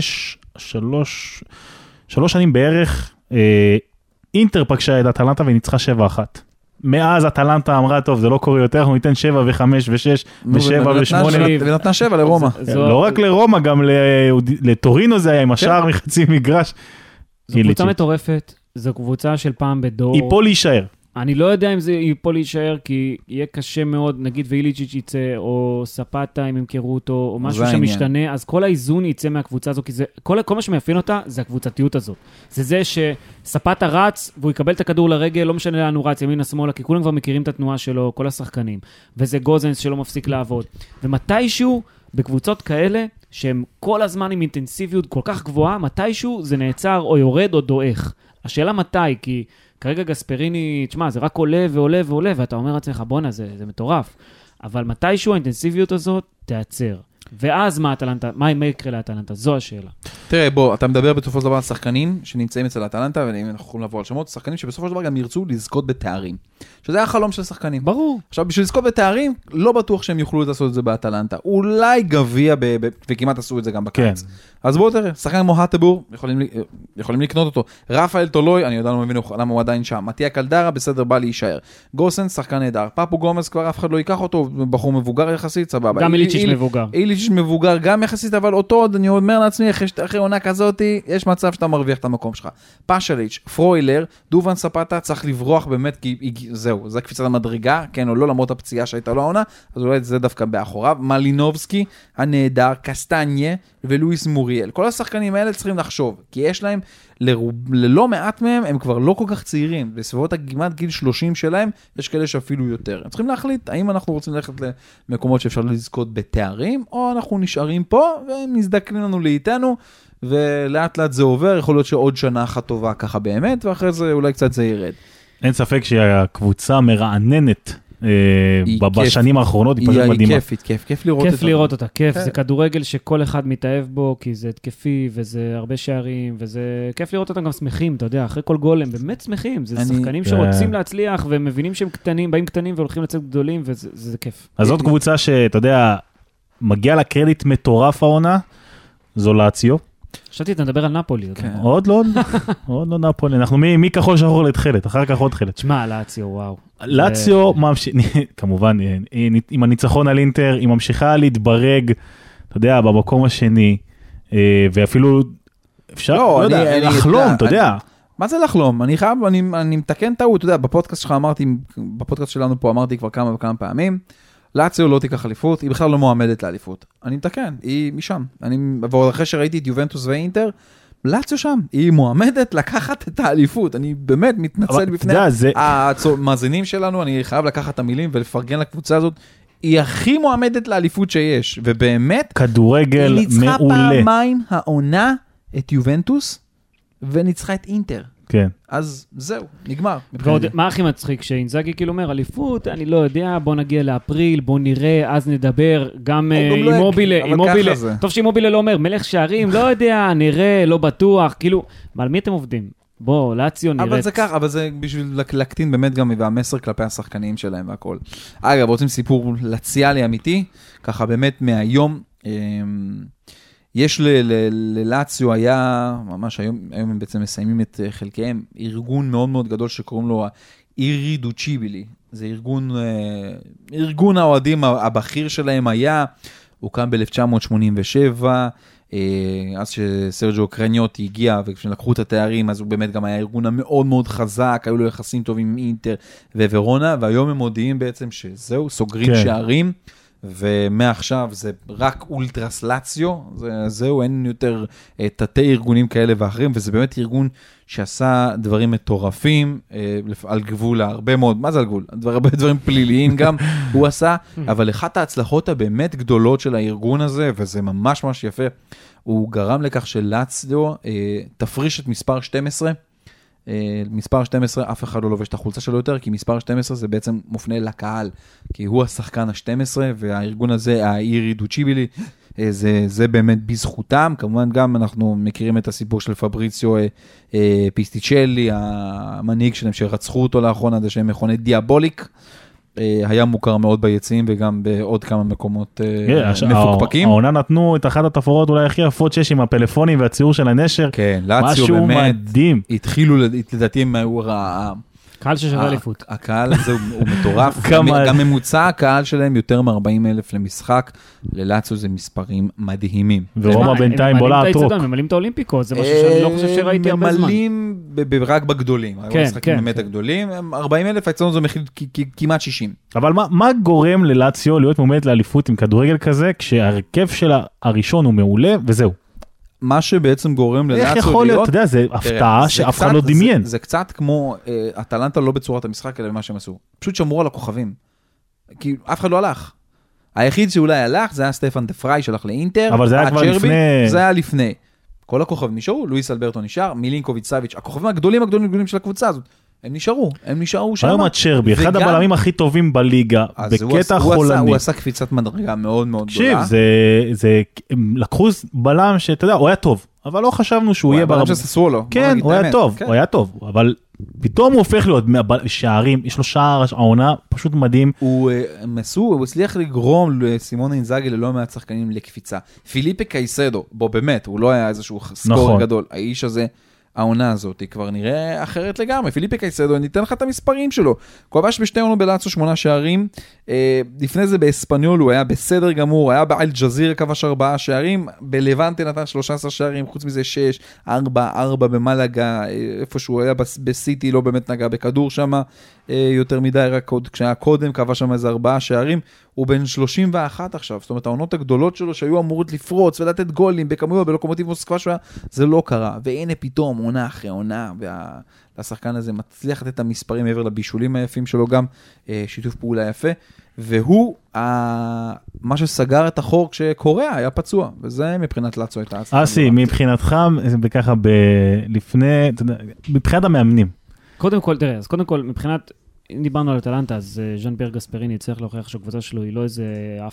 3 שנים בערך, אינטר פגשה את אטלנטה וניצחה 7-1. מאז אטלנטה אמרה, טוב, זה לא קורה יותר, אנחנו ניתן 7 ו5 ו6 ו7 ו8. ונתנה 7 לרומא. לא רק לרומא, גם לטורינו זה היה עם השער מחצי מגרש. זו קבוצה מטורפת, זו קבוצה של פעם בדור. היא פה להישאר. אני לא יודע אם זה ייפול להישאר, כי יהיה קשה מאוד, נגיד ואיליצ'יץ' יצא, או ספטה אם ימכרו אותו, או משהו שמשתנה, אז כל האיזון יצא מהקבוצה הזו, כי זה, כל מה שמאפיין אותה, זה הקבוצתיות הזאת. זה שספטה רץ, והוא יקבל את הכדור לרגל, לא משנה לאן הוא רץ, ימינה שמאלה, כי כולם כבר מכירים את התנועה שלו, כל השחקנים. וזה גוזנס שלא מפסיק לעבוד. ומתישהו, בקבוצות כאלה, שהם כל הזמן עם אינטנסיביות כל כך גבוהה, מתישהו זה נעצר או יורד או דועך. השאלה מתי, כי כרגע גספריני, תשמע, זה רק עולה ועולה ועולה, ואתה אומר לעצמך, בונה, זה מטורף. אבל מתישהו האינטנסיביות הזאת תעצר. ואז מה יקרה לאטלנטה? זו השאלה. תראה, בוא, אתה מדבר בסופו של דבר על שחקנים שנמצאים אצל אטלנטה, ואנחנו יכולים לעבור על שמות, שחקנים שבסופו של דבר גם ירצו לזכות בתארים. שזה החלום של שחקנים. ברור. עכשיו, בשביל לזכות בתארים, לא בטוח שהם יוכלו לעשות את זה באטלנטה. אולי גביע, וכמעט עשו את זה גם בקיץ. אז בואו תראה, שחקן כמו האטבור, יכולים לקנות אותו. רפאל טולוי, אני יודע לא מבין למה הוא עדיין שם. מתיה קלדרה, בסדר, בא להישאר. גוסן, שחקן נהדר. פאפו גומז, כבר אף אחד לא ייקח אותו, בחור מבוגר יחסית, סבבה. גם איליצ'יץ' מבוגר. איליצ'יץ' מבוגר גם יחסית, אבל אותו, אני אומר לעצמי, אחרי עונה כזאת, יש מצב שאתה מרוויח את המקום שלך. פאשליץ', פרוילר, דובן ספטה, צריך לברוח באמת, כי זהו, זה קפיצת המדרגה, כן או לא, למרות הפציעה שהייתה לו העונה, אז אולי זה דווקא באחוריו. מלינובסקי, הנהדר, קסטניה ולואיס מוריאל. כל השחקנים האלה צריכים לחשוב, כי יש להם ללא מעט מהם, הם כבר לא כל כך צעירים, בסביבות כמעט גיל 30 שלהם, יש כאלה שאפילו יותר. הם צריכים להחליט, האם אנחנו רוצים ללכת למקומות שאפשר לזכות בתארים, או אנחנו נשארים פה, והם מזדקנים לנו לאיתנו, ולאט לאט זה עובר, יכול להיות שעוד שנה אחת טובה ככה באמת, ואחרי זה אולי קצת זה ירד. אין ספק שהקבוצה מרעננת בשנים האחרונות, היא פשוט מדהימה. היא כיף לראות אותה. כיף לראות אותה, כיף, זה כדורגל שכל אחד מתאהב בו, כי זה התקפי, וזה הרבה שערים, וזה כיף לראות אותם גם שמחים, אתה יודע, אחרי כל גול הם באמת שמחים, זה שחקנים שרוצים להצליח, והם מבינים שהם קטנים, באים קטנים והולכים לצאת גדולים, וזה כיף. אז זאת קבוצה שאתה יודע, מגיע לה קרדיט מטורף העונה, זו לאציו. חשבתי, אתה מדבר על נפולי. עוד לא נפולי. אנחנו מכחול שחור לתחילת, אחר כך עוד תחילת. תשמע, לאציו, וואו. לאציו, כמובן, עם הניצחון על אינטר, היא ממשיכה להתברג, אתה יודע, במקום השני, ואפילו אפשר, לא יודע, לחלום, אתה יודע. מה זה לחלום? אני מתקן טעות, אתה יודע, בפודקאסט שלך אמרתי, בפודקאסט שלנו פה אמרתי כבר כמה וכמה פעמים, לאציו לא תיקח אליפות, היא בכלל לא מועמדת לאליפות. אני מתקן, היא משם. ועוד אחרי שראיתי את יובנטוס ואינטר, לאציו שם, היא מועמדת לקחת את האליפות. אני באמת מתנצל בפני המאזינים שלנו, אני חייב לקחת את המילים ולפרגן לקבוצה הזאת. היא הכי מועמדת לאליפות שיש, ובאמת, כדורגל מעולה. היא ניצחה פעמיים העונה את יובנטוס, וניצחה את אינטר. כן. אז זהו, נגמר. ועוד, מה הכי מצחיק? שאינזאגי כאילו אומר, אליפות, אני לא יודע, בוא נגיע לאפריל, בוא נראה, אז נדבר, גם עם מובילה, טוב שמובילה לא אומר, מלך שערים, לא יודע, נראה, לא בטוח, כאילו, על מי אתם עובדים? בוא, לאציו נראית. אבל זה כך, אבל זה בשביל להקטין באמת גם והמסר כלפי השחקנים שלהם והכל. אגב, רוצים סיפור לציאלי אמיתי, ככה באמת מהיום, יש ללאציו היה, ממש היום הם בעצם מסיימים את חלקיהם, ארגון מאוד מאוד גדול שקוראים לו אירידוצ'יבילי. זה ארגון האוהדים הבכיר שלהם היה, הוא קם ב-1987, אז שסרג'ו קרניוטי הגיע וכשלקחו את התארים, אז הוא באמת גם היה ארגון המאוד מאוד חזק, היו לו יחסים טובים עם אינטר וורונה, והיום הם מודיעים בעצם שזהו, סוגרים שערים, ומעכשיו זה רק אולטרס לאציו, זהו, אין יותר תתי ארגונים כאלה ואחרים, וזה באמת ארגון שעשה דברים מטורפים, על גבול הרבה מאוד, מה זה על גבול? הרבה דברים פליליים גם הוא עשה, אבל אחת ההצלחות הבאמת גדולות של הארגון הזה, וזה ממש ממש יפה, הוא גרם לכך שלאציו תפריש את מספר 12, מספר 12, אף אחד לא לובש את החולצה שלו יותר, כי מספר 12 זה בעצם מופנה לקהל, כי הוא השחקן ה-12, והארגון הזה, האירידוצ'יבילי, זה באמת בזכותם, כמובן גם אנחנו מכירים את הסיפור של פבריציו פיסטיצ'לי, המנהיג שלהם שרצחו אותו לאחרונה, זה שהם מכונה דיאבוליק, היה מוכר מאוד ביציעים וגם בעוד כמה מקומות מפוקפקים. העונה נתנו את אחת התפאורות אולי הכי יפות שיש עם הפלאפונים והציור של הנשר. כן, לאציו באמת התחילו, לדעתי הם היו קהל ששווה אליפות. הקהל הזה הוא מטורף, גם ממוצע הקהל שלהם יותר מ-40,000 למשחק, ללאציו זה מספרים מדהימים. ורומא בינתיים בולה הטרוק. הם ממלאים את האולימפיקו, זה משהו שאני לא חושב שראיתי הרבה זמן. ממלאים רק בגדולים, המשחקים באמת הגדולים, 40,000, אצלנו זה מכיל כמעט 60. אבל מה גורם ללאציו להיות מועמדת לאליפות עם כדורגל כזה, כשהרכב של הראשון הוא מעולה, וזהו. מה שבעצם גורם ללאציו להיות... איך יכול להיות, אתה יודע, זה הפתעה שאף אחד לא דמיין. זה קצת כמו, אטלנטה לא בצורת המשחק, אלא במה שהם עשו. פשוט שמרו על הכוכבים. כי אף אחד לא הלך. היחיד שאולי הלך, זה היה סטפן דה פריי שהלך לאינטר. אבל זה היה כבר לפני... זה היה לפני. כל הכוכבים נשארו, לואיס אלברטו נשאר, מילינקוביץ' סאביץ', הכוכבים הגדולים של הקבוצה הזאת. הם נשארו שם. היום הצ'רבי, אחד הבלמים הכי טובים בליגה, בקטע חולני. הוא עשה קפיצת מדרגה מאוד מאוד גדולה. הם לקחו בלם שאתה יודע, הוא היה טוב, אבל לא חשבנו שהוא יהיה בלם שססרו לו. כן, הוא היה טוב, אבל פתאום הוא הופך להיות שערים, יש לו שער העונה, פשוט מדהים. הוא הצליח לגרום לסימון אינזאגי ללא מעט שחקנים לקפיצה. פיליפה קייסדו, בו באמת, הוא לא היה איזשהו סקור גדול. האיש הזה, העונה הזאת, היא כבר נראה אחרת לגמרי. פיליפה קייסדו, אני אתן לך את המספרים שלו. כובש בשתי עונות בלאציו 8 שערים. לפני זה באספניול הוא היה בסדר גמור, היה באל ג'זיר כבש 4 שערים, בלבנטה נתן 13 שערים, חוץ מזה 6, 4 במלגה, איפה שהוא היה בסיטי, לא באמת נגע בכדור שם, יותר מדי, רק כשהיה קודם, כבש שם איזה 4 שערים, הוא בן 31 עכשיו, זאת אומרת, העונות הגדולות שלו שהיו אמורות לפרוץ ולתת גולים בכמויות, בלוקומוטיב מוסקבה שהיה, זה לא קרה, והנה פתאום, עונה אחרי עונה, והשחקן הזה מצליח לתת את המספרים מעבר לבישולים היפים שלו, גם שיתוף פעולה יפה, והוא מה שסגר את החור כשקוריאה היה פצוע, וזה מבחינת לאציו הייתה הצלחה. אסי, מבחינתך, וככה לפני, מבחינת המאמנים. קודם כל, תראה, אז קודם כל, מבחינת, אם דיברנו על אטלנטה, אז ז'אן פייר גספריני צריך להוכיח שהקבוצה שלו היא לא איזה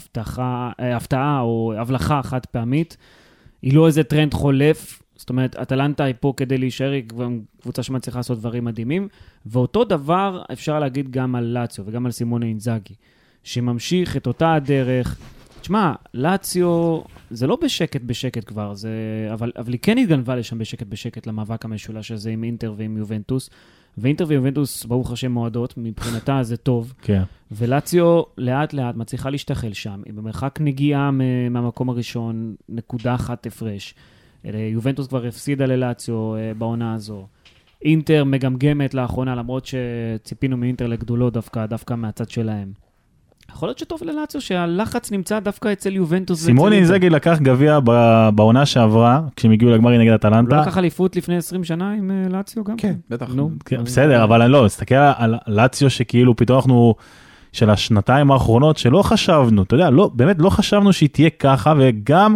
הפתעה או הבלחה חד פעמית, היא לא איזה טרנד חולף, זאת אומרת, אטלנטה היא פה כדי להישאר, היא קבוצה שמצליחה לעשות דברים מדהימים, ואותו דבר אפשר להגיד גם על לאציו וגם על סימונה אינזאגי, שממשיך את אותה הדרך. תשמע, לאציו זה לא בשקט כבר, אבל היא כן התגנבה לשם בשקט למאבק המשולש הזה עם אינטר ועם יובנטוס, ואינטר ויובנטוס ברוך השם מועדות, מבחינתה זה טוב, כן. ולאציו לאט לאט מצליחה להשתחל שם, היא במרחק נגיעה מהמקום הראשון, 1.1 הפרש, יובנטוס כבר הפסידה ללאציו בעונה הזו, אינטר מגמגמת לאחרונה, למרות שציפינו מאינטר לגדולות דווקא מהצד שלהם. יכול להיות שטוב ללאציו שהלחץ נמצא דווקא אצל יובנטוס. סימונה אינזאגי לקח גביע בעונה שעברה, כשהם הגיעו לגמר נגד אטלנטה. הוא לקח אליפות לפני 20 שנה עם לאציו גם? כן, בטח. בסדר, אבל אני לא, אסתכל על לאציו שכאילו פתאום אנחנו, של השנתיים האחרונות שלא חשבנו, אתה יודע, באמת לא חשבנו שהיא תהיה ככה, וגם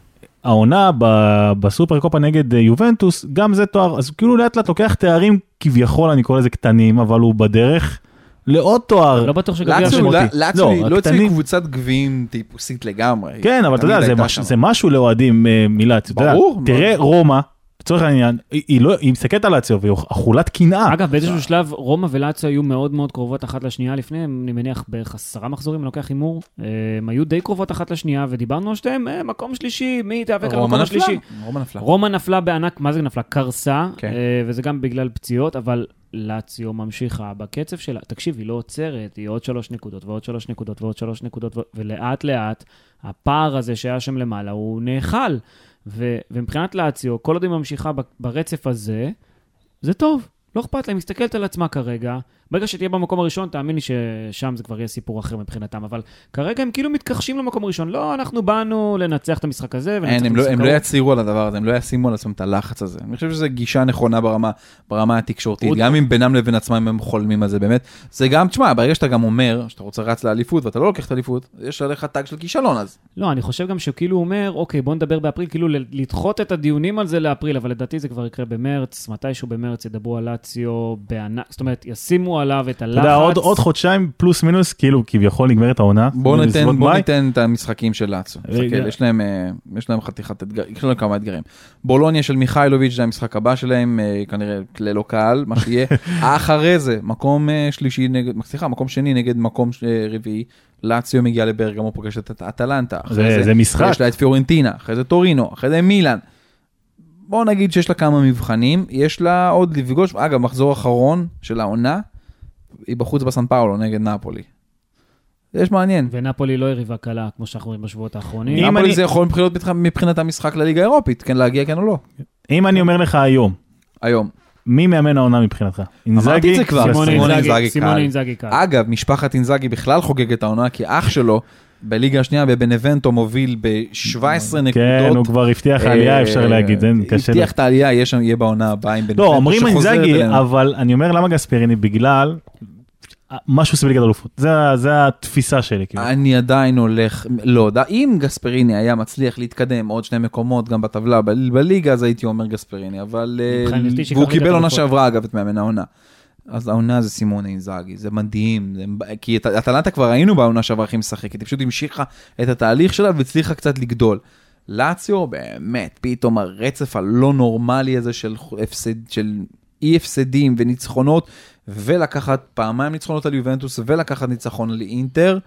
העונה בסופר קופה נגד יובנטוס, גם זה תואר, אז כאילו לאט לאט לוקח תארים כביכול, אני קורא לזה קטנים, אבל הוא בדרך לעוד תואר. לא בטוח שגביע שמותי. לאציו לא הציע קבוצת גביעים טיפוסית לגמרי. כן, אבל אתה יודע, זה משהו לאוהדים מלאציו. ברור. תראה רומא, לצורך העניין, היא מסתכלת על לאציו, והיא אכולת קנאה. אגב, באיזשהו שלב, רומא ולאציו היו מאוד מאוד קרובות אחת לשנייה לפני, אני מניח בערך 10 מחזורים, אני לוקח הימור, הם היו די קרובות אחת לשנייה, ודיברנו על שתיהם, מקום שלישי, מי תאבק על מקום השלישי? רומא נפלה בענק, מה זה נפלה? קרסה, וזה גם בגלל פציעות, אבל לאציו ממשיכה בקצב שלה. תקשיב, היא לא עוצרת, היא עוד 3 נקודות, ועוד 3 נקודות, ועוד 3 נקודות, ולאט לאט, הפער הזה שהיה שם למעלה, הוא נאכל. ומבחינת לאציו, כל עוד היא ממשיכה ברצף הזה, זה טוב. לא אכפת לה, היא מסתכלת על עצמה כרגע. ברגע שתהיה במקום הראשון, תאמין לי ששם זה כבר יהיה סיפור אחר מבחינתם, אבל כרגע הם כאילו מתכחשים למקום הראשון. לא, אנחנו באנו לנצח את המשחק הזה, הם לא יצירו על הדבר הזה, הם לא ישימו על עצמם את הלחץ הזה. אני חושב שזו גישה נכונה ברמה התקשורתית, גם אם בינם לבין עצמם הם חולמים על זה, באמת. זה גם, תשמע, ברגע שאתה גם אומר, שאתה רוצה רץ לאליפות, ואתה לא לוקח את האליפות, יש עליך טאג של כישלון אז. לא, אני חושב גם שכאילו אומר, אוקיי, בוא נדבר באפריל, כאילו לדחות את הדיונים על זה לאפריל, אבל לדעתי זה כבר יקרה במרץ, מתישהו במרץ ידברו על לאציו בענק, זאת אומרת, ישימו עליו את הלחץ. עוד חודשיים פלוס מינוס, כאילו, כביכול נגמרת העונה. בוא ניתן את המשחקים של לאציו. יש להם חתיכת אתגר, יש להם כמה אתגרים. בולוניה של מיכאילוביץ' זה המשחק הבא שלהם, כנראה ללא קהל, מה שיהיה. אחרי זה, מקום שני נגד מקום רביעי, לאציו מגיע לברגמו, פוגשת את אטלנטה. זה משחק. יש לה את פיורנטינה, אחרי זה טורינו, אחרי זה מילאן. בואו נגיד שיש לה כמה מבחנים, יש לה עוד לפגוש, אגב, מחזור אחרון של העונה, היא בחוץ בסן פאולו נגד נאפולי. יש מעניין. ונאפולי לא יריבה קלה, כמו שאנחנו רואים בשבועות האחרונים. נאפולי זה יכול מבחינת המשחק לליגה האירופית, כן להגיע כן או לא. אם אני אומר לך היום. מי מאמן העונה מבחינתך? אמרתי את זה כבר. סימונה אינזאגי קל. אגב, משפחת אינזאגי בכלל חוגגת העונה, כי אח שלו, בליגה השנייה בבנבנטו מוביל ב-17 נקודות. כן, הוא כבר הבטיח העלייה, אפשר להגיד. הבטיח את העלייה, יהיה בעונה הבאה עם בנבנטו. לא, אומרים אינזאגי, אבל אני אומר למה גספריני, בגלל משהו סביב אלופות. זה התפיסה שלי. אני עדיין הולך, לא, אם גספריני היה מצליח להתקדם עוד 2 מקומות, גם בטבלה, בליגה, אז הייתי אומר גספריני, אבל והוא קיבל עונה שעברה, אגב, את מאמן העונה. אז העונה זה סימונה אינזאגי, זה מדהים, כי אטלנטה כבר ראינו בעונה שעברה הכי משחקת, היא פשוט המשיכה את התהליך שלה והצליחה קצת לגדול. לאציו באמת, פתאום הרצף הלא נורמלי הזה של אי הפסדים וניצחונות, ולקחת פעמיים ניצחונות על יובנטוס, ולקחת ניצחון על אינטר,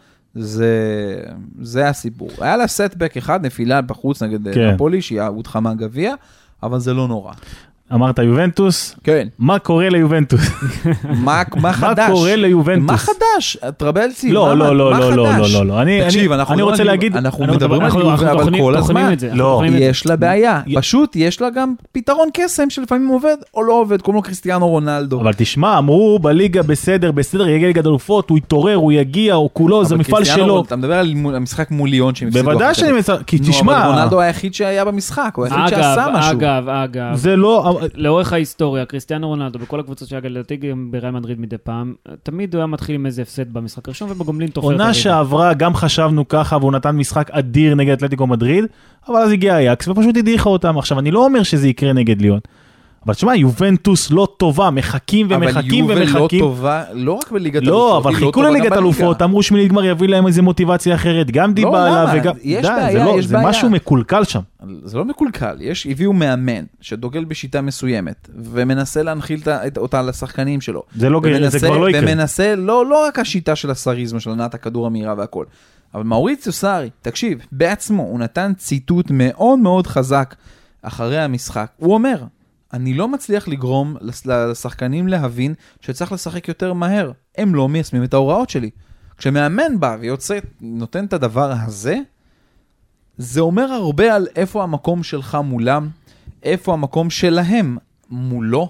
זה הסיפור. היה לה סטבק אחד, נפילה בחוץ נגד נפולי, שהיא הודחה מהגביע, אבל זה לא נורא. אמרת יובנטוס? כן. מה קורה ליובנטוס? מה חדש? מה קורה ליובנטוס? מה חדש? טרבלסי, לא, לא, לא, לא, לא, לא. תקשיב, אני רוצה להגיד, אנחנו מדברים על יובה, אבל כל הזמן, לא, יש לה בעיה. פשוט יש לה גם פתרון קסם שלפעמים עובד או לא עובד, כמו קריסטיאנו רונלדו. אבל תשמע, אמרו בליגה בסדר, יגיע ליגת אלופות, הוא יתעורר, הוא יגיע, או כולו, זה מפעל שלו. אתה מדבר על המשחק מול ליון שהם הפסידו. בוודאי שאני כי תשמע, רונלדו היחיד שהיה במשחק, הוא היחיד שעשה משהו. אגב, זה לא לאורך ההיסטוריה, קריסטיאנו רונלדו, בכל הקבוצות שהיה לדעתי גם בריאל מדריד מדי פעם, תמיד הוא היה מתחיל עם איזה הפסד במשחק הראשון, ובגומלין תופר. עונה שעברה, גם חשבנו ככה, והוא נתן משחק אדיר נגד אתלטיקו מדריד, אבל אז הגיע אייקס, ופשוט הדיחה אותם. עכשיו, אני לא אומר שזה יקרה נגד ליון, אבל תשמע, יובנטוס לא טובה, מחכים ומחכים ומחכים. אבל יובל לא טובה, לא רק בליגת אלופות. לא, אבל חיכו לליגת אלופות, אמרו שמינית גמר יביא להם איזו מוטיבציה אחרת, גם דיבלה וגם... יש בעיה. זה משהו מקולקל שם. זה לא מקולקל, הביאו מאמן שדוגל בשיטה מסוימת, ומנסה להנחיל אותה לשחקנים שלו. זה כבר לא יקרה. ומנסה, לא רק השיטה של הסריזמה, של עונת הכדור המהירה והכל, אבל מאוריציו סארי, תקשיב, בעצמו, הוא נתן ציטוט מאוד מאוד חזק אחרי המשחק. הוא אומר, אני לא מצליח לגרום לשחקנים להבין שצריך לשחק יותר מהר. הם לא מיישמים את ההוראות שלי. כשמאמן בא ויוצא, נותן את הדבר הזה, זה אומר הרבה על איפה המקום שלך מולם, איפה המקום שלהם מולו.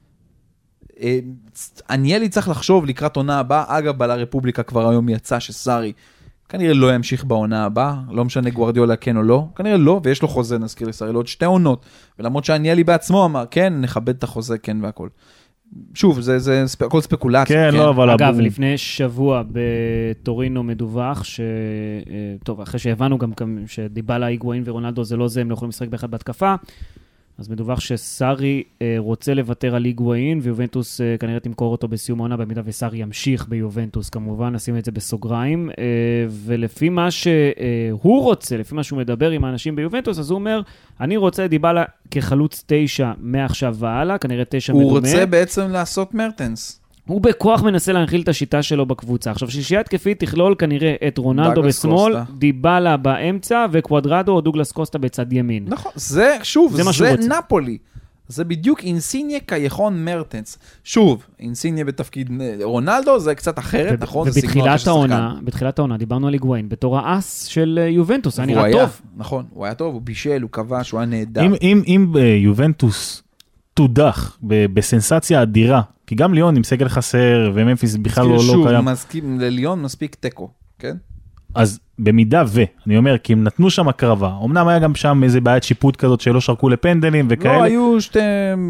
אניאלי צריך לחשוב לקראת עונה הבאה, אגב, בלרפובליקה כבר היום יצא שסארי כנראה לא ימשיך בעונה הבאה, לא משנה גוארדיולה כן או לא, כנראה לא, ויש לו חוזה, נזכיר לסארי, לעוד 2 עונות, ולמרות שאניאלי בעצמו אמר, כן, נכבד את החוזה, כן והכל. שוב, זה הכל ספקולציה. כן, לא, אבל... אגב, לפני שבוע בטורינו מדווח, טוב, אחרי שהבנו גם שדיבלה, היגואין ורונלדו זה לא זה, הם לא יכולים לשחק באחד בהתקפה, אז מדווח שסארי רוצה לוותר על היגואין, ויובנטוס כנראה תמכור אותו בסיום העונה, במידה וסארי ימשיך ביובנטוס, כמובן, נשים את זה בסוגריים, ולפי מה שהוא רוצה, לפי מה שהוא מדבר עם האנשים ביובנטוס, אז הוא אומר, אני רוצה דיבלה כחלוץ 9 מעכשיו והלאה, כנראה 9 מדומה. הוא רוצה בעצם לעשות מרטנס. הוא בכוח מנסה להנחיל את השיטה שלו בקבוצה. עכשיו, שישייה התקפית תכלול כנראה את רונלדו בשמאל, דיבלה באמצע, וקוואדרדו או דוגלס קוסטה בצד ימין. נכון, זה, שוב, זה נפולי. זה בדיוק אינסיניה כיכון מרטנס. שוב, אינסיניה בתפקיד רונלדו, זה קצת אחרת, נכון? ובתחילת העונה דיברנו על היגואין, בתור האס של יובנטוס, היה נראה טוב. נכון, הוא היה טוב, הוא בישל, הוא כבש, הוא היה נהדר. אם יובנטוס תודח בסנסציה אדירה, כי גם ליון עם סגל חסר, וממפיס בכלל לא קיים. שוב, לליון מספיק טקו, כן? אז במידה אני אומר, כי הם נתנו שם הקרבה, אמנם היה גם שם איזה בעיית שיפוט כזאת שלא שרקו לפנדלים וכאלה. לא, היו שתי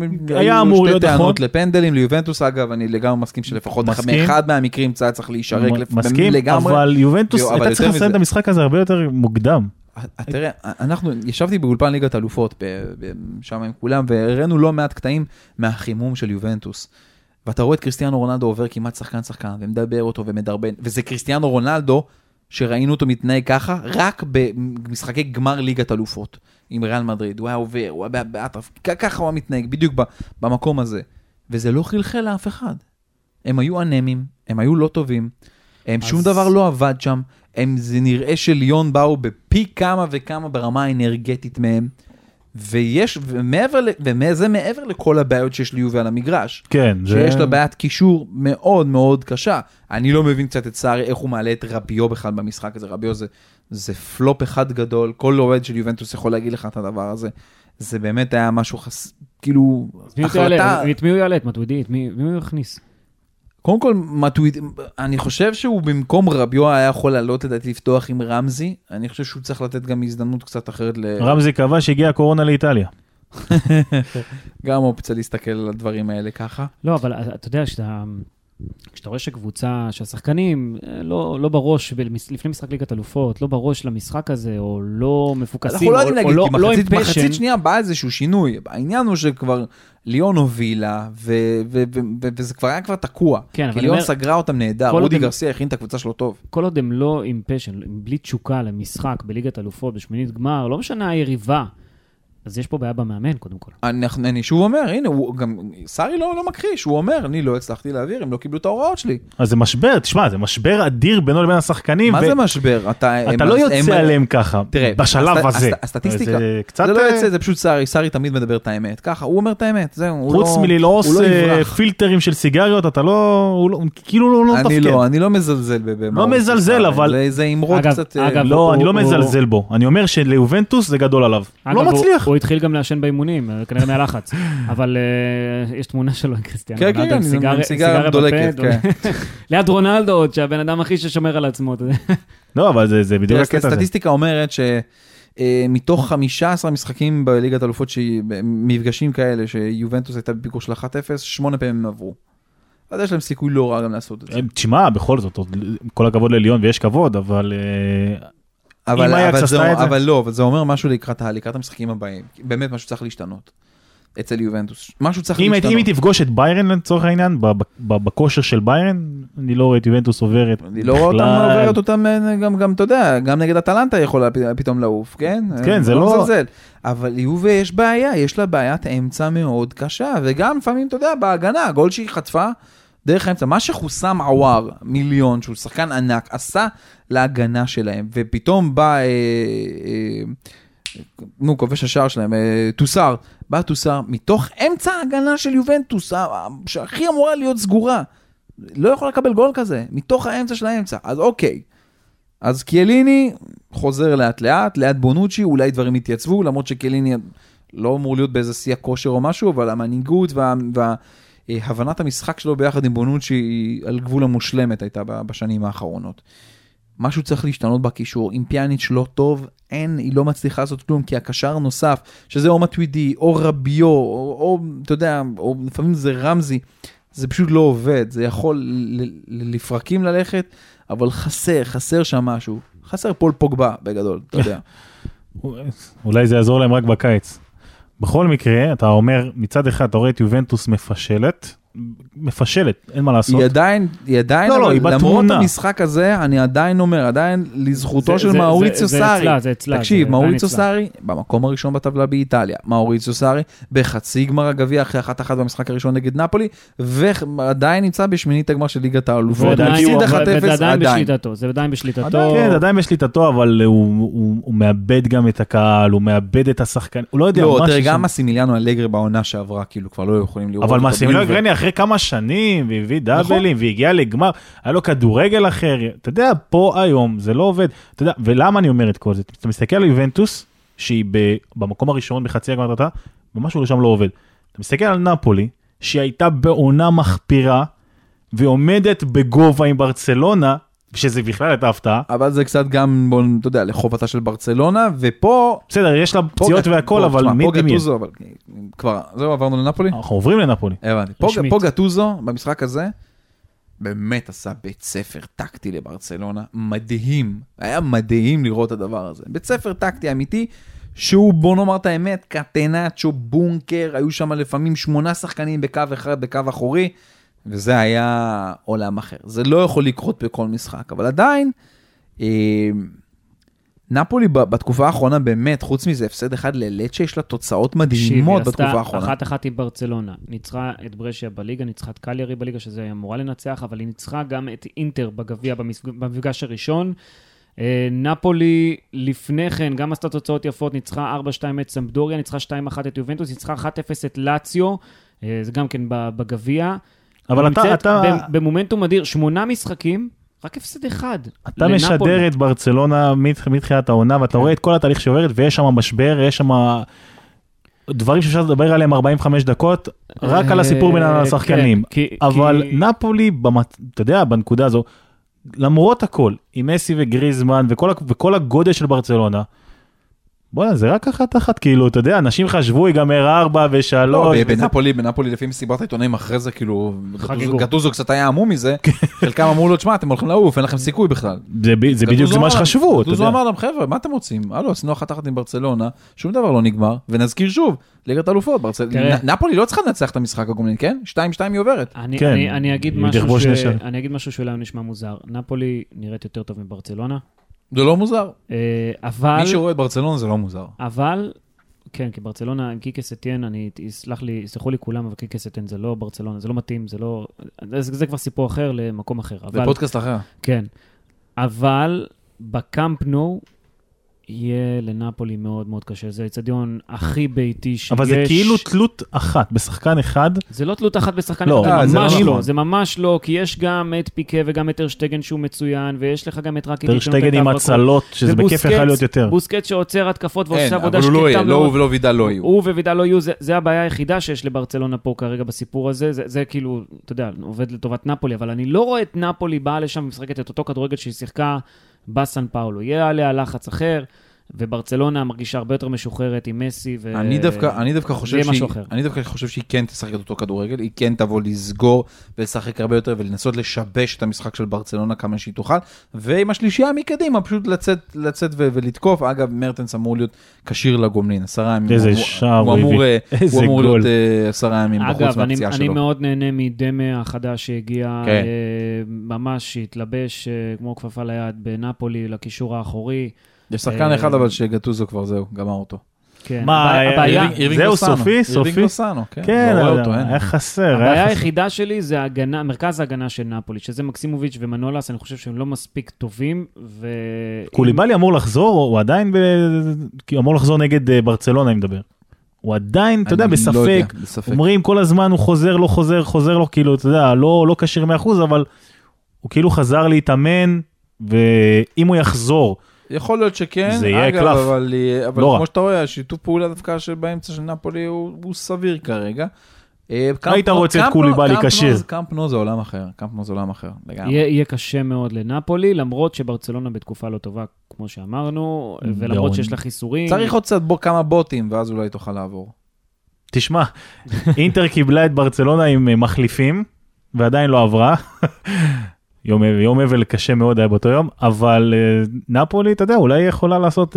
טענות לפנדלים, ליובנטוס אגב, אני לגמרי מסכים שלפחות מאחד מהמקרים צריך להישרק מסכים, אבל יובנטוס הייתה צריך לסיים את המשחק הזה הרבה יותר מוקדם. תראה, אנחנו ישבתי באולפן ליגת אלופות, שם עם כולם, והראינו לא מעט קטעים מהחימום של יובנטוס. ואתה רואה את קריסטיאנו רונלדו עובר כמעט שחקן, ומדבר אותו ומדרבן, וזה קריסטיאנו רונלדו, שראינו אותו מתנהג ככה, רק במשחקי גמר ליגת אלופות, עם ריאל מדריד, הוא היה עובר, הוא היה באטרף, ככה הוא מתנהג, בדיוק במקום הזה. וזה לא חלחל לאף אחד. הם היו אנמים, הם היו לא טובים, שום דבר לא עבד שם, זה נראה שליון באו בפי כמה וכמה ברמה האנרגטית מהם, וזה מעבר לכל הבעיות שיש ליובי על המגרש. כן. שיש לה בעיית קישור מאוד מאוד קשה. אני לא מבין קצת את סארי, איך הוא מעלה את רביו בכלל במשחק הזה. רביו זה פלופ אחד גדול. כל אוהד של יובנטוס יכול להגיד לך את הדבר הזה. זה באמת היה משהו כאילו... את מי הוא יעלה? את מטווידי? את מי הוא יכניס? קודם כל, אני חושב שהוא במקום רביו היה יכול לעלות לדעתי לפתוח עם רמזי, אני חושב שהוא צריך לתת גם הזדמנות קצת אחרת רמזי קבע שהגיע הקורונה לאיטליה. גם אופציה להסתכל על הדברים האלה ככה. לא, אבל אתה יודע כשאתה רואה שקבוצה, שהשחקנים לא בראש, לפני משחק ליגת אלופות, לא בראש למשחק הזה, או לא מפוקסים, או לא עם פשן. מחצית שנייה בא איזשהו שינוי. העניין הוא שכבר ליון הובילה, וזה כבר היה כבר תקוע. כי ליון סגרה אותם נהדר, רודי גרסיה הכין את הקבוצה שלו טוב. כל עוד הם לא עם פשן, בלי תשוקה למשחק בליגת אלופות, בשמינית גמר, לא משנה היריבה, אז יש פה בעיה במאמן, קודם כל. אני שוב אומר, הנה, גם סארי לא מכחיש, הוא אומר, אני לא הצלחתי להעביר, הם לא קיבלו את ההוראות שלי. אז זה משבר, תשמע, זה משבר אדיר בינו לבין השחקנים. מה זה משבר? אתה לא יוצא עליהם ככה, בשלב הזה. הסטטיסטיקה, זה לא יוצא, זה פשוט סארי תמיד מדבר את האמת. ככה, הוא אומר את האמת, זהו. חוץ מללעוס פילטרים של סיגריות, אתה לא, כאילו לא תפקד. אני לא מזלזל לא מזלזל, אבל... זה אמרות קצת... לא, אני לא מזלזל בו. אני אומר שליובנטוס זה גדול עליו. לא מצליח. הוא התחיל גם לעשן באימונים, כנראה מהלחץ. אבל יש תמונה שלו עם קריסטיאנו. כן, כן, סיגריה מדולקת. ליד רונלדו, שהבן אדם הכי ששומר על עצמו. לא, אבל זה בדיוק הקטע הזה. הסטטיסטיקה אומרת מתוך 15 משחקים בליגת האלופות, מפגשים כאלה, שיובנטוס הייתה בפיקור של 1-0, 8 פעמים הם עברו. אז יש להם סיכוי לא רע גם לעשות את זה. תשמע, בכל זאת, כל הכבוד לליון ויש כבוד, אבל... אבל לא, אבל זה אומר משהו לקראת המשחקים הבאים. באמת משהו צריך להשתנות. אצל יובנטוס. משהו צריך להשתנות. אם היא תפגוש את ביירן לצורך העניין, בכושר של ביירן, אני לא רואה את יובנטוס עוברת. אני לא רואה אותם, גם, אתה יודע, גם נגד אטלנטה יכולה פתאום לעוף, כן? כן, זה לא... אבל יובה יש בעיה, יש לה בעיית אמצע מאוד קשה, וגם לפעמים, אתה יודע, בהגנה, הגול שהיא חטפה, דרך האמצע, מה שחוסם עוואר, מיליון, שהוא שחקן ענק, עשה להגנה שלהם, ופתאום בא, כובש השער שלהם, תוסר, בא תוסר, מתוך אמצע ההגנה של יובנטוס, שהכי אמורה להיות סגורה, לא יכול לקבל גול כזה, מתוך האמצע של האמצע, אז אוקיי, אז קיאליני חוזר לאט לאט, ליד בונוצ'י, אולי דברים יתייצבו, למרות שקיאליני לא אמור להיות באיזה שיא הכושר או משהו, אבל המנהיגות הבנת המשחק שלו ביחד עם בונוצ'י היא על גבול המושלמת הייתה בשנים האחרונות. משהו צריך להשתנות בקישור, אם פיאניץ' לא טוב, היא לא מצליחה לעשות כלום, כי הקשר נוסף, שזה או מטווידי, או רביו, או אתה יודע, או לפעמים זה רמזי, זה פשוט לא עובד, זה יכול לפרקים ללכת, אבל חסר שם משהו, חסר פול פוגבה בגדול, אתה יודע. אולי זה יעזור להם רק בקיץ. בכל מקרה, אתה אומר, מצד אחד, אתה רואה את יובנטוס מפשלת, אין מה לעשות. היא עדיין, למרות המשחק הזה, אני עדיין אומר, עדיין לזכותו של מאוריציו סארי. תקשיב, מאוריציו סארי, במקום הראשון בטבלה באיטליה, מאוריציו סארי, בחצי גמר הגביע, אחרי 1-1 במשחק הראשון נגד נפולי, ועדיין נמצא בשמינית הגמר של ליגת האלופות. זה עדיין בשליטתו. כן, זה עדיין בשליטתו, אבל הוא מאבד גם את הקהל, הוא מאבד את השחקן, הוא לא יודע. לא, תראה, גם מסימיליאנו אלגרי בעונה שעברה, כאילו כבר לא יכולים לראות אבל מסימיליאנו אלגרי אחרי כמה שנים, והביא דאבלים, והגיע לגמר, היה לו כדורגל אחר, אתה יודע, פה היום, זה לא עובד, אתה יודע, ולמה אני אומר את כל זה? אתה מסתכל על יובנטוס, שהיא במקום הראשון, בחצי הגמר, ומשהו לשם לא עובד. אתה מסתכל על נפולי, שהיא הייתה בעונה מחפירה, ועומדת בגובה עם ברצלונה, שזה בכלל את ההפתעה. אבל זה קצת גם, בוא, אתה יודע, לחובתה של ברצלונה, ופה... בסדר, יש לה פציעות והכל, אבל מי דמיין? כבר, זהו, עברנו לנפולי? אנחנו עוברים לנפולי. הבנתי. פה גטוזו, במשחק הזה, באמת עשה בית ספר טקטי לברצלונה, מדהים, היה מדהים לראות את הדבר הזה. בית ספר טקטי אמיתי, שהוא, בוא נאמר את האמת, קטנצ'ו, בונקר, היו שם לפעמים 8 שחקנים בקו אחד, בקו אחורי, וזה היה עולם אחר. זה לא יכול לקרות בכל משחק, אבל עדיין, נפולי בתקופה האחרונה באמת, חוץ מזה, הפסד אחד ללט שיש לה תוצאות מדהימות בתקופה האחרונה. היא עשתה 1-1 עם ברצלונה, ניצחה את ברשיה בליגה, ניצחה את קליירי בליגה, שזה אמורה לנצח, אבל היא ניצחה גם את אינטר בגביע במפגש הראשון. נפולי לפני כן, גם עשתה תוצאות יפות, ניצחה 4-2 את סמפדוריה, ניצחה 2-1 את יובנטוס, ניצחה 1-0 את לאציו, זה גם כן בגביע. אבל אתה... במומנטום מדהיר, 8 משחקים, רק הפסד אחד. אתה משדר את ברצלונה מתחילת העונה, ואתה רואה את כל התהליך שעוברת, ויש שם משבר, יש שם דברים שאפשר לדבר עליהם 45 דקות, רק על הסיפור בין השחקנים. אבל נפולי, אתה יודע, בנקודה הזו, למרות הכל, עם מסי וגריזמן, וכל הגודל של ברצלונה, בוא'נה, זה רק אחת, כאילו, אתה יודע, אנשים חשבו, ייגמר 4 ו3. לא, בנפולי, לפי מסיבת העיתונאים אחרי זה, כאילו, גטוזו קצת היה עמום מזה, חלקם אמרו לו, תשמע, אתם הולכים לעוף, אין לכם סיכוי בכלל. זה בדיוק מה שחשבו, גטוזו אמר להם, חבר'ה, מה אתם רוצים? עשינו 1-1 עם ברצלונה, שום דבר לא נגמר, ונזכיר שוב, ליגת האלופות, נפולי לא צריכה לנצח את המשחק הגומלין, כן? 2-2 היא עוברת. אני אגיד משהו שאולי נשמע מוזר. נפולי נראית יותר טוב מברצלונה. זה לא מוזר. אבל... מי שרואה את ברצלונה זה לא מוזר. אבל, כן, כי ברצלונה עם קיקה סטיין, יסלחו לי כולם, אבל קיקה סטיין זה לא ברצלונה, זה לא מתאים, זה כבר סיפור אחר למקום אחר. זה פודקאסט אחר. כן. אבל בקאמפ נו, יהיה לנפולי מאוד מאוד קשה. זה האצטדיון הכי ביתי שיש. אבל זה כאילו תלות אחת, בשחקן אחד. זה לא תלות אחת בשחקן אחד, זה ממש לא. זה ממש לא, כי יש גם את פיקה וגם את טרשטגן שהוא מצוין, ויש לך גם את רקיטיץ' טרשטגן עם הצלות, שזה בכיף יכול להיות יותר. בוסקט שעוצר התקפות ועושה עבודה שקטה. אבל הוא לא וידל לא יהיו. הוא ווידל לא יהיו, זה הבעיה היחידה שיש לברצלונה פה כרגע בסיפור הזה. זה כאילו, אתה יודע, עובד לטובת נפולי, אבל אני לא רואה את נפולי באה לשם ומשחקת את אותו כדורגל שהיא שיחקה בסן פאולו. יהיה עליה לחץ אחר. וברצלונה מרגישה הרבה יותר משוחררת עם מסי, אני דווקא חושב שהיא כן תשחק את אותו כדורגל, היא כן תבוא לסגור ולשחק הרבה יותר ולנסות לשבש את המשחק של ברצלונה כמה שהיא תוכל, ועם השלישייה מקדימה פשוט לצאת ולתקוף. אגב, מרטנס אמור להיות כשיר לגומלין, 10 ימים. איזה שער הוא אמור להיות 10 ימים בחוץ מהפציעה שלו. אני מאוד נהנה מדמה החדש שהגיע, ממש התלבש כמו כפפה ליד בנפולי, לקישור האחורי. יש שחקן אחד אבל שגטוזו כבר זהו, גמר אותו. מה, זהו סופי? אירווינג לוסאנו, כן, היה חסר. הבעיה היחידה שלי זה מרכז ההגנה של נפולי, שזה מקסימוביץ' ומנולס, אני חושב שהם לא מספיק טובים. קוליבאלי אמור לחזור, הוא עדיין אמור לחזור נגד ברצלונה, אני מדבר. הוא עדיין, אתה יודע, בספק. אומרים כל הזמן הוא חוזר, לא חוזר, חוזר לו, כאילו, אתה יודע, לא קשיר 100%, אבל הוא כאילו חזר להתאמן, ואם הוא יחזור, יכול להיות שכן, זה יהיה קלף. אבל כמו שאתה רואה, השיתוף פעולה דווקא שבאמצע של נפולי הוא סביר כרגע. היית רוצה את קוליבאלי קשיר. קאמפ נו זה עולם אחר. יהיה קשה מאוד לנפולי, למרות שברצלונה בתקופה לא טובה, כמו שאמרנו, ולמרות שיש לה חיסורים. צריך עוד קצת כמה בוטים, ואז אולי תוכל לעבור. תשמע, אינטר קיבלה את ברצלונה עם מחליפים, ועדיין לא עברה. יום אבל קשה מאוד היה באותו יום, אבל נפולי, אתה יודע, אולי יכולה לעשות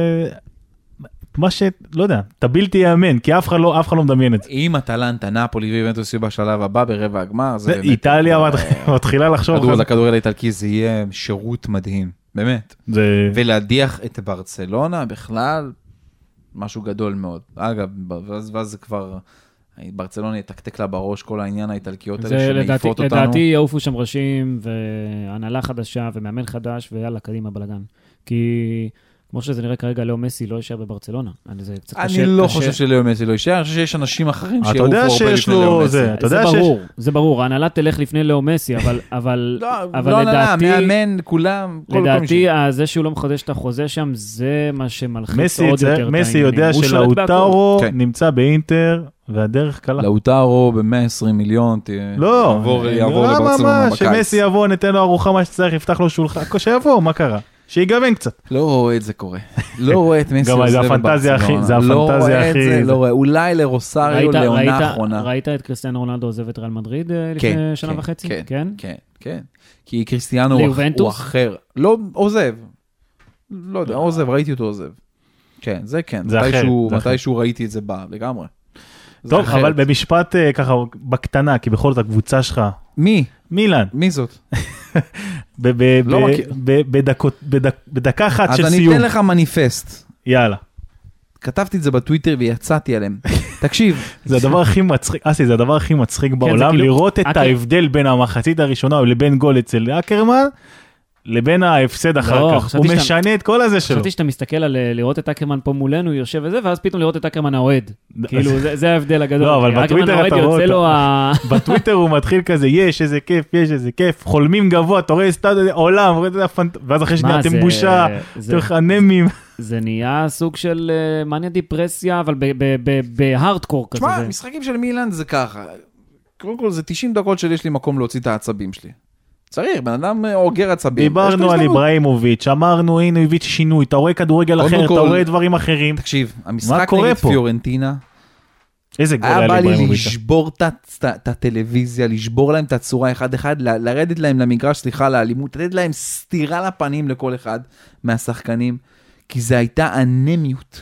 מה לא יודע, תבלתי יאמן, כי אף אחד לא מדמיין את זה. אם אטלנטה, נפולי ויובנטוס יהיו בשלב הבא ברבע הגמר, זה באמת... איטליה מתחילה לחשוב. הכדורגל האיטלקי זה יהיה שירות מדהים, באמת. ולהדיח את ברצלונה בכלל, משהו גדול מאוד. אגב, ואז זה כבר... ברצלונה יתקתק לה בראש כל העניין האיטלקיות האלה שמעיפות אותנו. לדעתי יעופו שם ראשים והנהלה חדשה ומאמן חדש ויאללה קדימה בלגן. כי כמו שזה נראה כרגע לאו מסי לא יישאר בבברצלונה. אני לא חושב שלאו מסי לא יישאר, אני חושב שיש אנשים אחרים שיעופו הרבה לפני לאו מסי. זה ברור, ההנהלה תלך לפני לאו מסי, אבל לדעתי, מאמן, כולם, לדעתי זה שהוא לא מחדש את החוזה שם, זה מה שמלחיץ עוד יותר. מסי יודע שלאוטרו נמצא באינטר, והדרך קלה. לאוטרו ב-120 מיליון, יעבור לברצלונה בקיץ. שמסי יבוא, ניתן לו ארוחה מה שצריך, יפתח לו שולחן, שיבוא, מה קרה? שיגוון קצת. לא רואה את זה קורה. לא רואה את מסי עושה בברצלונה. זה הפנטזיה הכי... לא רואה, אולי לרוסריו לעונה האחרונה. ראית את קריסטיאנו רונלדו עוזב את ריאל מדריד לפני שנה וחצי? כן. כי קריסטיאנו הוא אחר. לא, עוזב. לא יודע, עוזב, ראיתי אותו עוזב. כן, זה כן. מתישהו ראיתי את זה בא, לגמרי. טוב, אבל במשפט ככה, בקטנה, כי בכל זאת הקבוצה שלך... מי? מילאן. מי זאת? בדקה אחת של סיום. אז אני אתן לך מניפסט. יאללה. כתבתי את זה בטוויטר ויצאתי עליהם. תקשיב. זה הדבר הכי מצחיק, זה הדבר הכי מצחיק בעולם, לראות את ההבדל בין המחצית הראשונה לבין גול אצל אקרמן, לבין ההפסד אחר כך. הוא משנה את כל הזה שלו. חשבתי שאתה מסתכל על לראות את אקרמן פה מולנו, יושב וזה, ואז פתאום לראות את אקרמן האוהד. כאילו, זה ההבדל הגדול. לא, אבל בטוויטר אתה רואה אותו. בטוויטר הוא מתחיל כזה, יש איזה כיף, חולמים גבוה, אתה רואה סטאד עולם, ואז אחרי שנייה אתם בושה, אתם אנמים. זה נהיה סוג של מניה דיפרסיה, אבל בהארדקור כזה. תשמע, משחקים של מילאן זה ככה. קודם כל, זה 90 דקות שיש לי מקום להוציא את העצבים שלי. צריך, בן אדם אוגר עצבים. דיברנו על איברהימוביץ', אמרנו, הנה הביא שינוי, אתה רואה כדורגל אחר, אתה רואה דברים אחרים. תקשיב, המשחק נגד פיורנטינה, איזה גול היה בא לי לשבור את הטלוויזיה, לשבור להם את הצורה אחד-אחד, לרדת להם למגרש, סליחה, לאלימות, לתת להם סתירה לפנים לכל אחד מהשחקנים, כי זו הייתה אנמיות,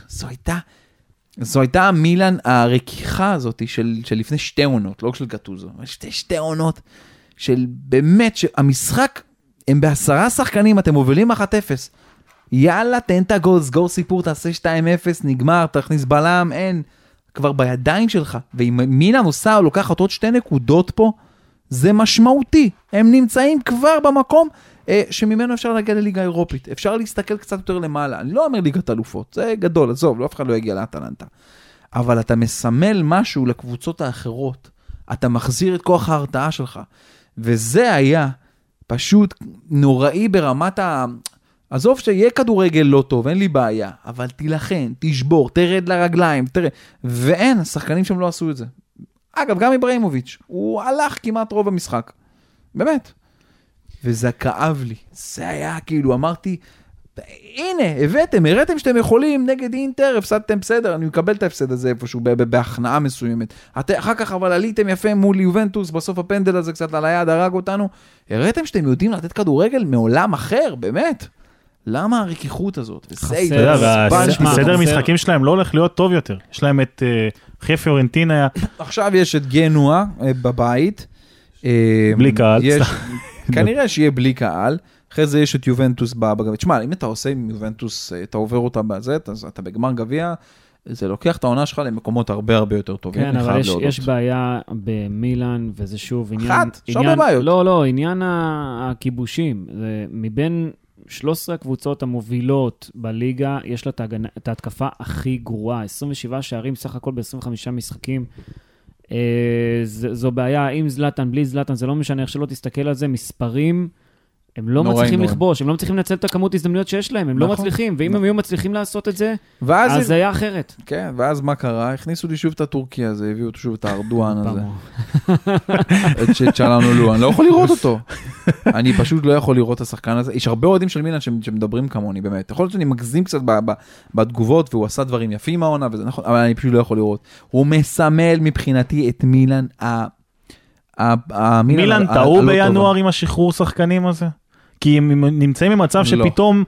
זו הייתה המילאן הרקיחה הזאת של לפני 2 עונות, לא של גטוזו, 2 עונות, של באמת שהמשחק, הם ב10 שחקנים, אתם מובילים 1-0, יאללה, תן את הגול, סגור סיפור, תעשה 2-0, נגמר, תכניס בלם, אין, כבר בידיים שלך, ואם מילאן עושה או לוקחת עוד 2 נקודות פה, זה משמעותי, הם נמצאים כבר במקום, שממנו אפשר להגיע לליגה אירופית, אפשר להסתכל קצת יותר למעלה, אני לא אומר ליגת אלופות, זה גדול, עזוב, לא אף אחד לא יגיע לאטלנטה, אבל אתה מסמל משהו לקבוצות האחרות, אתה מחזיר את כוח ההרתעה שלך, וזה היה פשוט נוראי ברמת עזוב שיהיה כדורגל לא טוב, אין לי בעיה, אבל תילחן, תשבור, תרד לרגליים, ואין, השחקנים שם לא עשו את זה. אגב, גם איברהימוביץ', הוא הלך כמעט רוב המשחק, באמת. וזה כאב לי, זה היה כאילו, אמרתי, הנה, הראיתם שאתם יכולים נגד אינטר, הפסדתם בסדר, אני מקבל את ההפסד הזה איפשהו בהכנעה מסוימת. אחר כך אבל עליתם יפה מול יובנטוס, בסוף הפנדל הזה קצת על היד, הרג אותנו. הראיתם שאתם יודעים לתת כדורגל מעולם אחר, באמת. למה הרכיחות הזאת? הסדר משחקים שלהם לא הולך להיות טוב יותר. יש להם את אחרי פיורנטינה. עכשיו יש את גנואה בבית. בלי קהל. כנראה שיהיה בלי קהל. אחרי זה יש את יובנטוס בגביע. תשמע, אם אתה עושה עם יובנטוס, אתה עובר אותה בזה, אז אתה בגמר גביע, זה לוקח את העונה שלך למקומות הרבה יותר טובים. כן, אבל יש בעיה במילאן, וזה שוב עניין... אחת, יש הרבה בעיות. לא, עניין הכיבושים. מבין 13 הקבוצות המובילות בליגה, יש לה את ההתקפה הכי גרועה. 27 שערים סך הכל ב-25 משחקים. זו בעיה, עם זלטן, בלי זלטן, זה לא משנה איך שלא תסתכל על זה, מספרים... הם לא מצליחים לכבוש, הם לא מצליחים לנצל את הכמות הזדמנויות שיש להם, הם לא מצליחים, ואם הם היו מצליחים לעשות את זה, אז זה היה אחרת. כן, ואז מה קרה? הכניסו לי שוב את הטורקי הזה, הביאו שוב את הארדואן הזה. את צ'לנו לו, אני לא יכול לראות אותו. אני פשוט לא יכול לראות את השחקן הזה. יש הרבה אוהדים של מילאן שמדברים כמוני, באמת. יכול להיות שאני מגזים קצת בתגובות, והוא עשה דברים יפים מהעונה, וזה נכון, אבל אני פשוט לא יכול לראות. הוא מסמל מבחינתי את מילאן מילאן טעו בינואר עם השחרור שחקנים הזה? כי הם נמצאים במצב שפתאום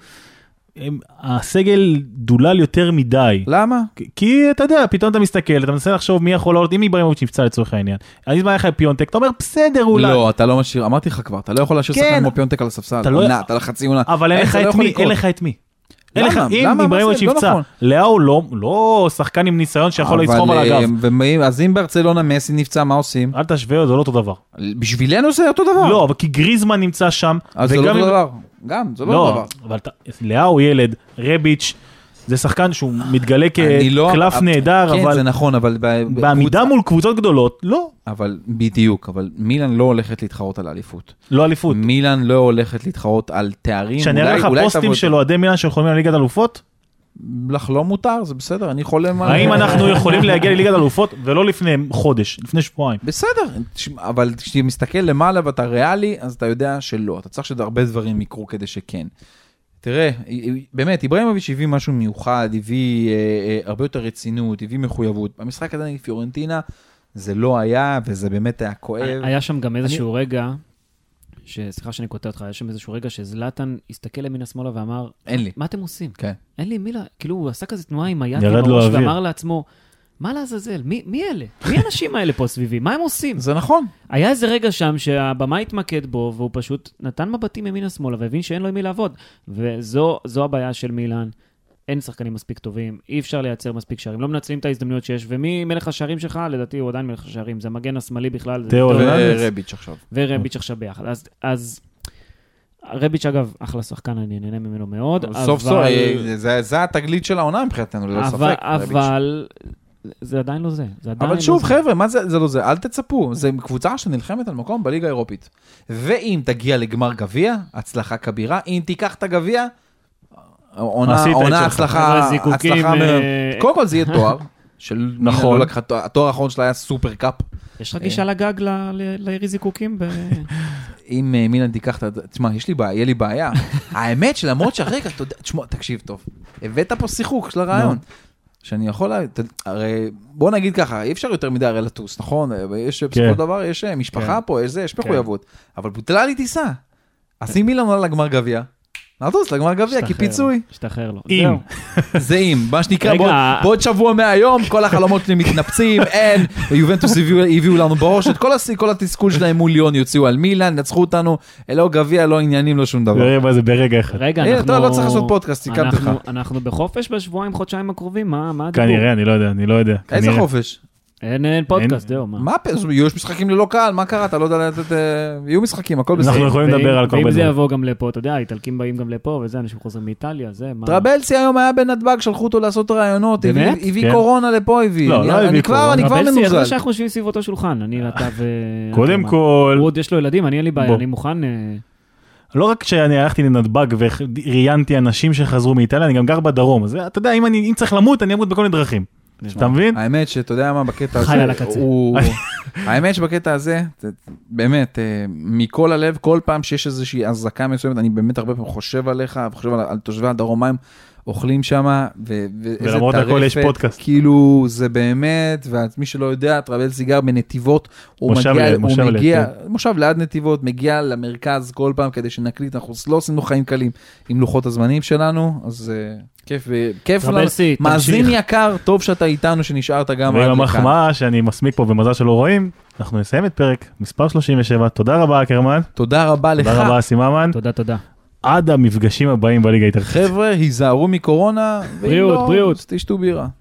הסגל דולל יותר מדי. למה? כי אתה יודע, פתאום אתה מסתכל, אתה מנסה לחשוב מי יכול לעלות, אם איברהימוביץ' נפצע לצורך העניין. אני אסביר לך פיונטק, אתה אומר בסדר אולי. לא, אתה לא משאיר, אמרתי לך כבר, אתה לא יכול להשאיר שחקן כמו פיונטק על הספסל. אתה לחצי עונה. אבל אין לך את מי. אם איברהימוביץ' נפצע, לאו לא שחקן עם ניסיון שיכול לסחוב על הגב. אז אם ברצלונה מסי נפצע, מה עושים? אל תשווה, זה לא אותו דבר. בשבילנו זה אותו דבר. לא, אבל כי גריזמן נמצא שם. אז זה לא אותו דבר. גם, זה לא אותו דבר. אבל לאו ילד, רביץ', זה שחקן שהוא מתגלה כקלף נהדר, כן, זה נכון, אבל בעמידה מול קבוצות גדולות, לא. אבל בדיוק, אבל מילאן לא הולכת להתחרות על האליפות. לא אליפות. מילאן לא הולכת להתחרות על תארים. שאני אראה לך פוסטים של אוהדי מילאן שיכולים לליגת אלופות? לך לא מותר, זה בסדר, אני חולם על... האם אנחנו יכולים להגיע לליגת אלופות, ולא לפני חודש, לפני שבועיים? בסדר, אבל כשאתה מסתכל למעלה ואתה ריאלי, אז אתה יודע שלא. אתה צריך שהרבה דברים יקרו כדי שכן. תראה, באמת, איברהימוביץ' הביא משהו מיוחד, הביא הרבה יותר רצינות, הביא מחויבות. במשחק הזה נגד פיורנטינה, זה לא היה, וזה באמת היה כואב. היה שם גם איזשהו רגע, סליחה שאני קוטע אותך, היה שם איזשהו רגע שזלטן הסתכל למין השמאלה ואמר, אין לי. מה אתם עושים? כן. אין לי מילה, כאילו הוא עשה כזה תנועה עם היד בראש ואמר לעצמו, מה לעזאזל? מי אלה? מי האנשים האלה פה סביבי? מה הם עושים? זה נכון. היה איזה רגע שם שהבמה התמקד בו, והוא פשוט נתן מבטים ממין השמאלה, והבין שאין לו עם מי לעבוד. וזו הבעיה של מילאן. אין שחקנים מספיק טובים, אי אפשר לייצר מספיק שערים, לא מנצלים את ההזדמנויות שיש, ומי מלך השערים שלך? לדעתי הוא עדיין מלך השערים, זה מגן השמאלי בכלל. ורביץ' עכשיו. ורביץ' עכשיו ביחד. אז רביץ' אגב, אחלה שחקן, אני נהנה ממנו מאוד. סוף סוף, זה התגלית של העונה מבחינתנו, ללא ספק. אבל זה עדיין לא זה. אבל שוב, חבר'ה, מה זה לא זה? אל תצפו. זה קבוצה שנלחמת על מקום בליגה האירופית. ואם תגיע לגמר גביע, הצלחה כבירה. אם תיקח את הגביע, עונה הצלחה. קודם כל זה יהיה תואר. נכון. התואר האחרון שלה היה סופר קאפ. יש לך גישה לגג לירי זיקוקים? אם מילאן תיקח את... תשמע, יהיה לי בעיה. האמת שלמרות שהרגע, תקשיב טוב. הבאת פה שיחוק של הרעיון. שאני יכול, הרי בוא נגיד ככה, אי אפשר יותר מדי הרי לטוס, נכון? יש בסופו דבר, יש משפחה פה, יש מחויבות, אבל בוטלה לי טיסה. אז אם מילאן עולה לגמר גביע, נטוס לגמר גביע, כי פיצוי. שתחרר לו. זה אם, מה שנקרא, בעוד שבוע מהיום, כל החלומות שלי מתנפצים, אין, יובנטוס הביאו לנו בראש, את כל התסכול שלהם מול ליון יוציאו על מילאן, נצחו אותנו, לא גביע, לא עניינים, לא שום דבר. זה ברגע אחד. רגע, אנחנו... לא צריך לעשות פודקאסט, סיכמתי לך. אנחנו בחופש בשבועיים, חודשיים הקרובים, מה הדיבור? כנראה, אני לא יודע. איזה חופש? אין פודקאסט, זהו, מה? יש משחקים ללא קהל, מה קרה? אתה לא יודע לתת... יהיו משחקים, הכל בסדר. אנחנו יכולים לדבר על כל ואם זה יבוא גם לפה, אתה יודע, איטלקים באים גם לפה, וזה, אנשים חוזרים מאיטליה, זה מה... טרבלסי היום היה בנתב"ג, שלחו אותו לעשות רעיונות, הביא קורונה לפה, הביא. אני כבר מנוזל. טרבלסי, איך שאנחנו יושבים סביב אותו שולחן, אני ואתה ו... קודם כל... הוא עוד יש לו ילדים, אני אין לי בעיה, אני מוכן... לא רק שאני הלכתי לנתב"ג וראיינתי אנשים שחזרו מאיטליה, אני גם גר בדרום, אז אתה יודע, אם צריך למות, אני אמות בכל מיני דרכים. אתה מבין? האמת שאתה יודע מה בקטע חי על הקצה. האמת שבקטע הזה, באמת, מכל הלב, כל פעם שיש איזושהי הזקה מסוימת, אני באמת הרבה פעמים חושב עליך, וחושב על תושבי הדרום, מה הם אוכלים שם, ולמרות הכל יש פודקאסט. כאילו, זה באמת, ומי שלא יודע, טרבל סיגר בנתיבות, הוא מגיע, מושב ליד נתיבות, מגיע למרכז כל פעם, כדי שנקליט, אנחנו לא עושים לו חיים קלים עם לוחות הזמנים שלנו, אז כיף לנו. מאזין יקר, טוב שאתה איתנו, שנשארת גם עד לכאן. ועם המחמאה שאני מסמיק פה במזל שלא רואים, אנחנו נסיים את פרק מספר 37. תודה רבה, קרמן. תודה רבה לך. תודה רבה, סיממן. תודה. עד המפגשים הבאים בליגה איתך. חבר'ה, היזהרו מקורונה. בריאות. תשתו בירה.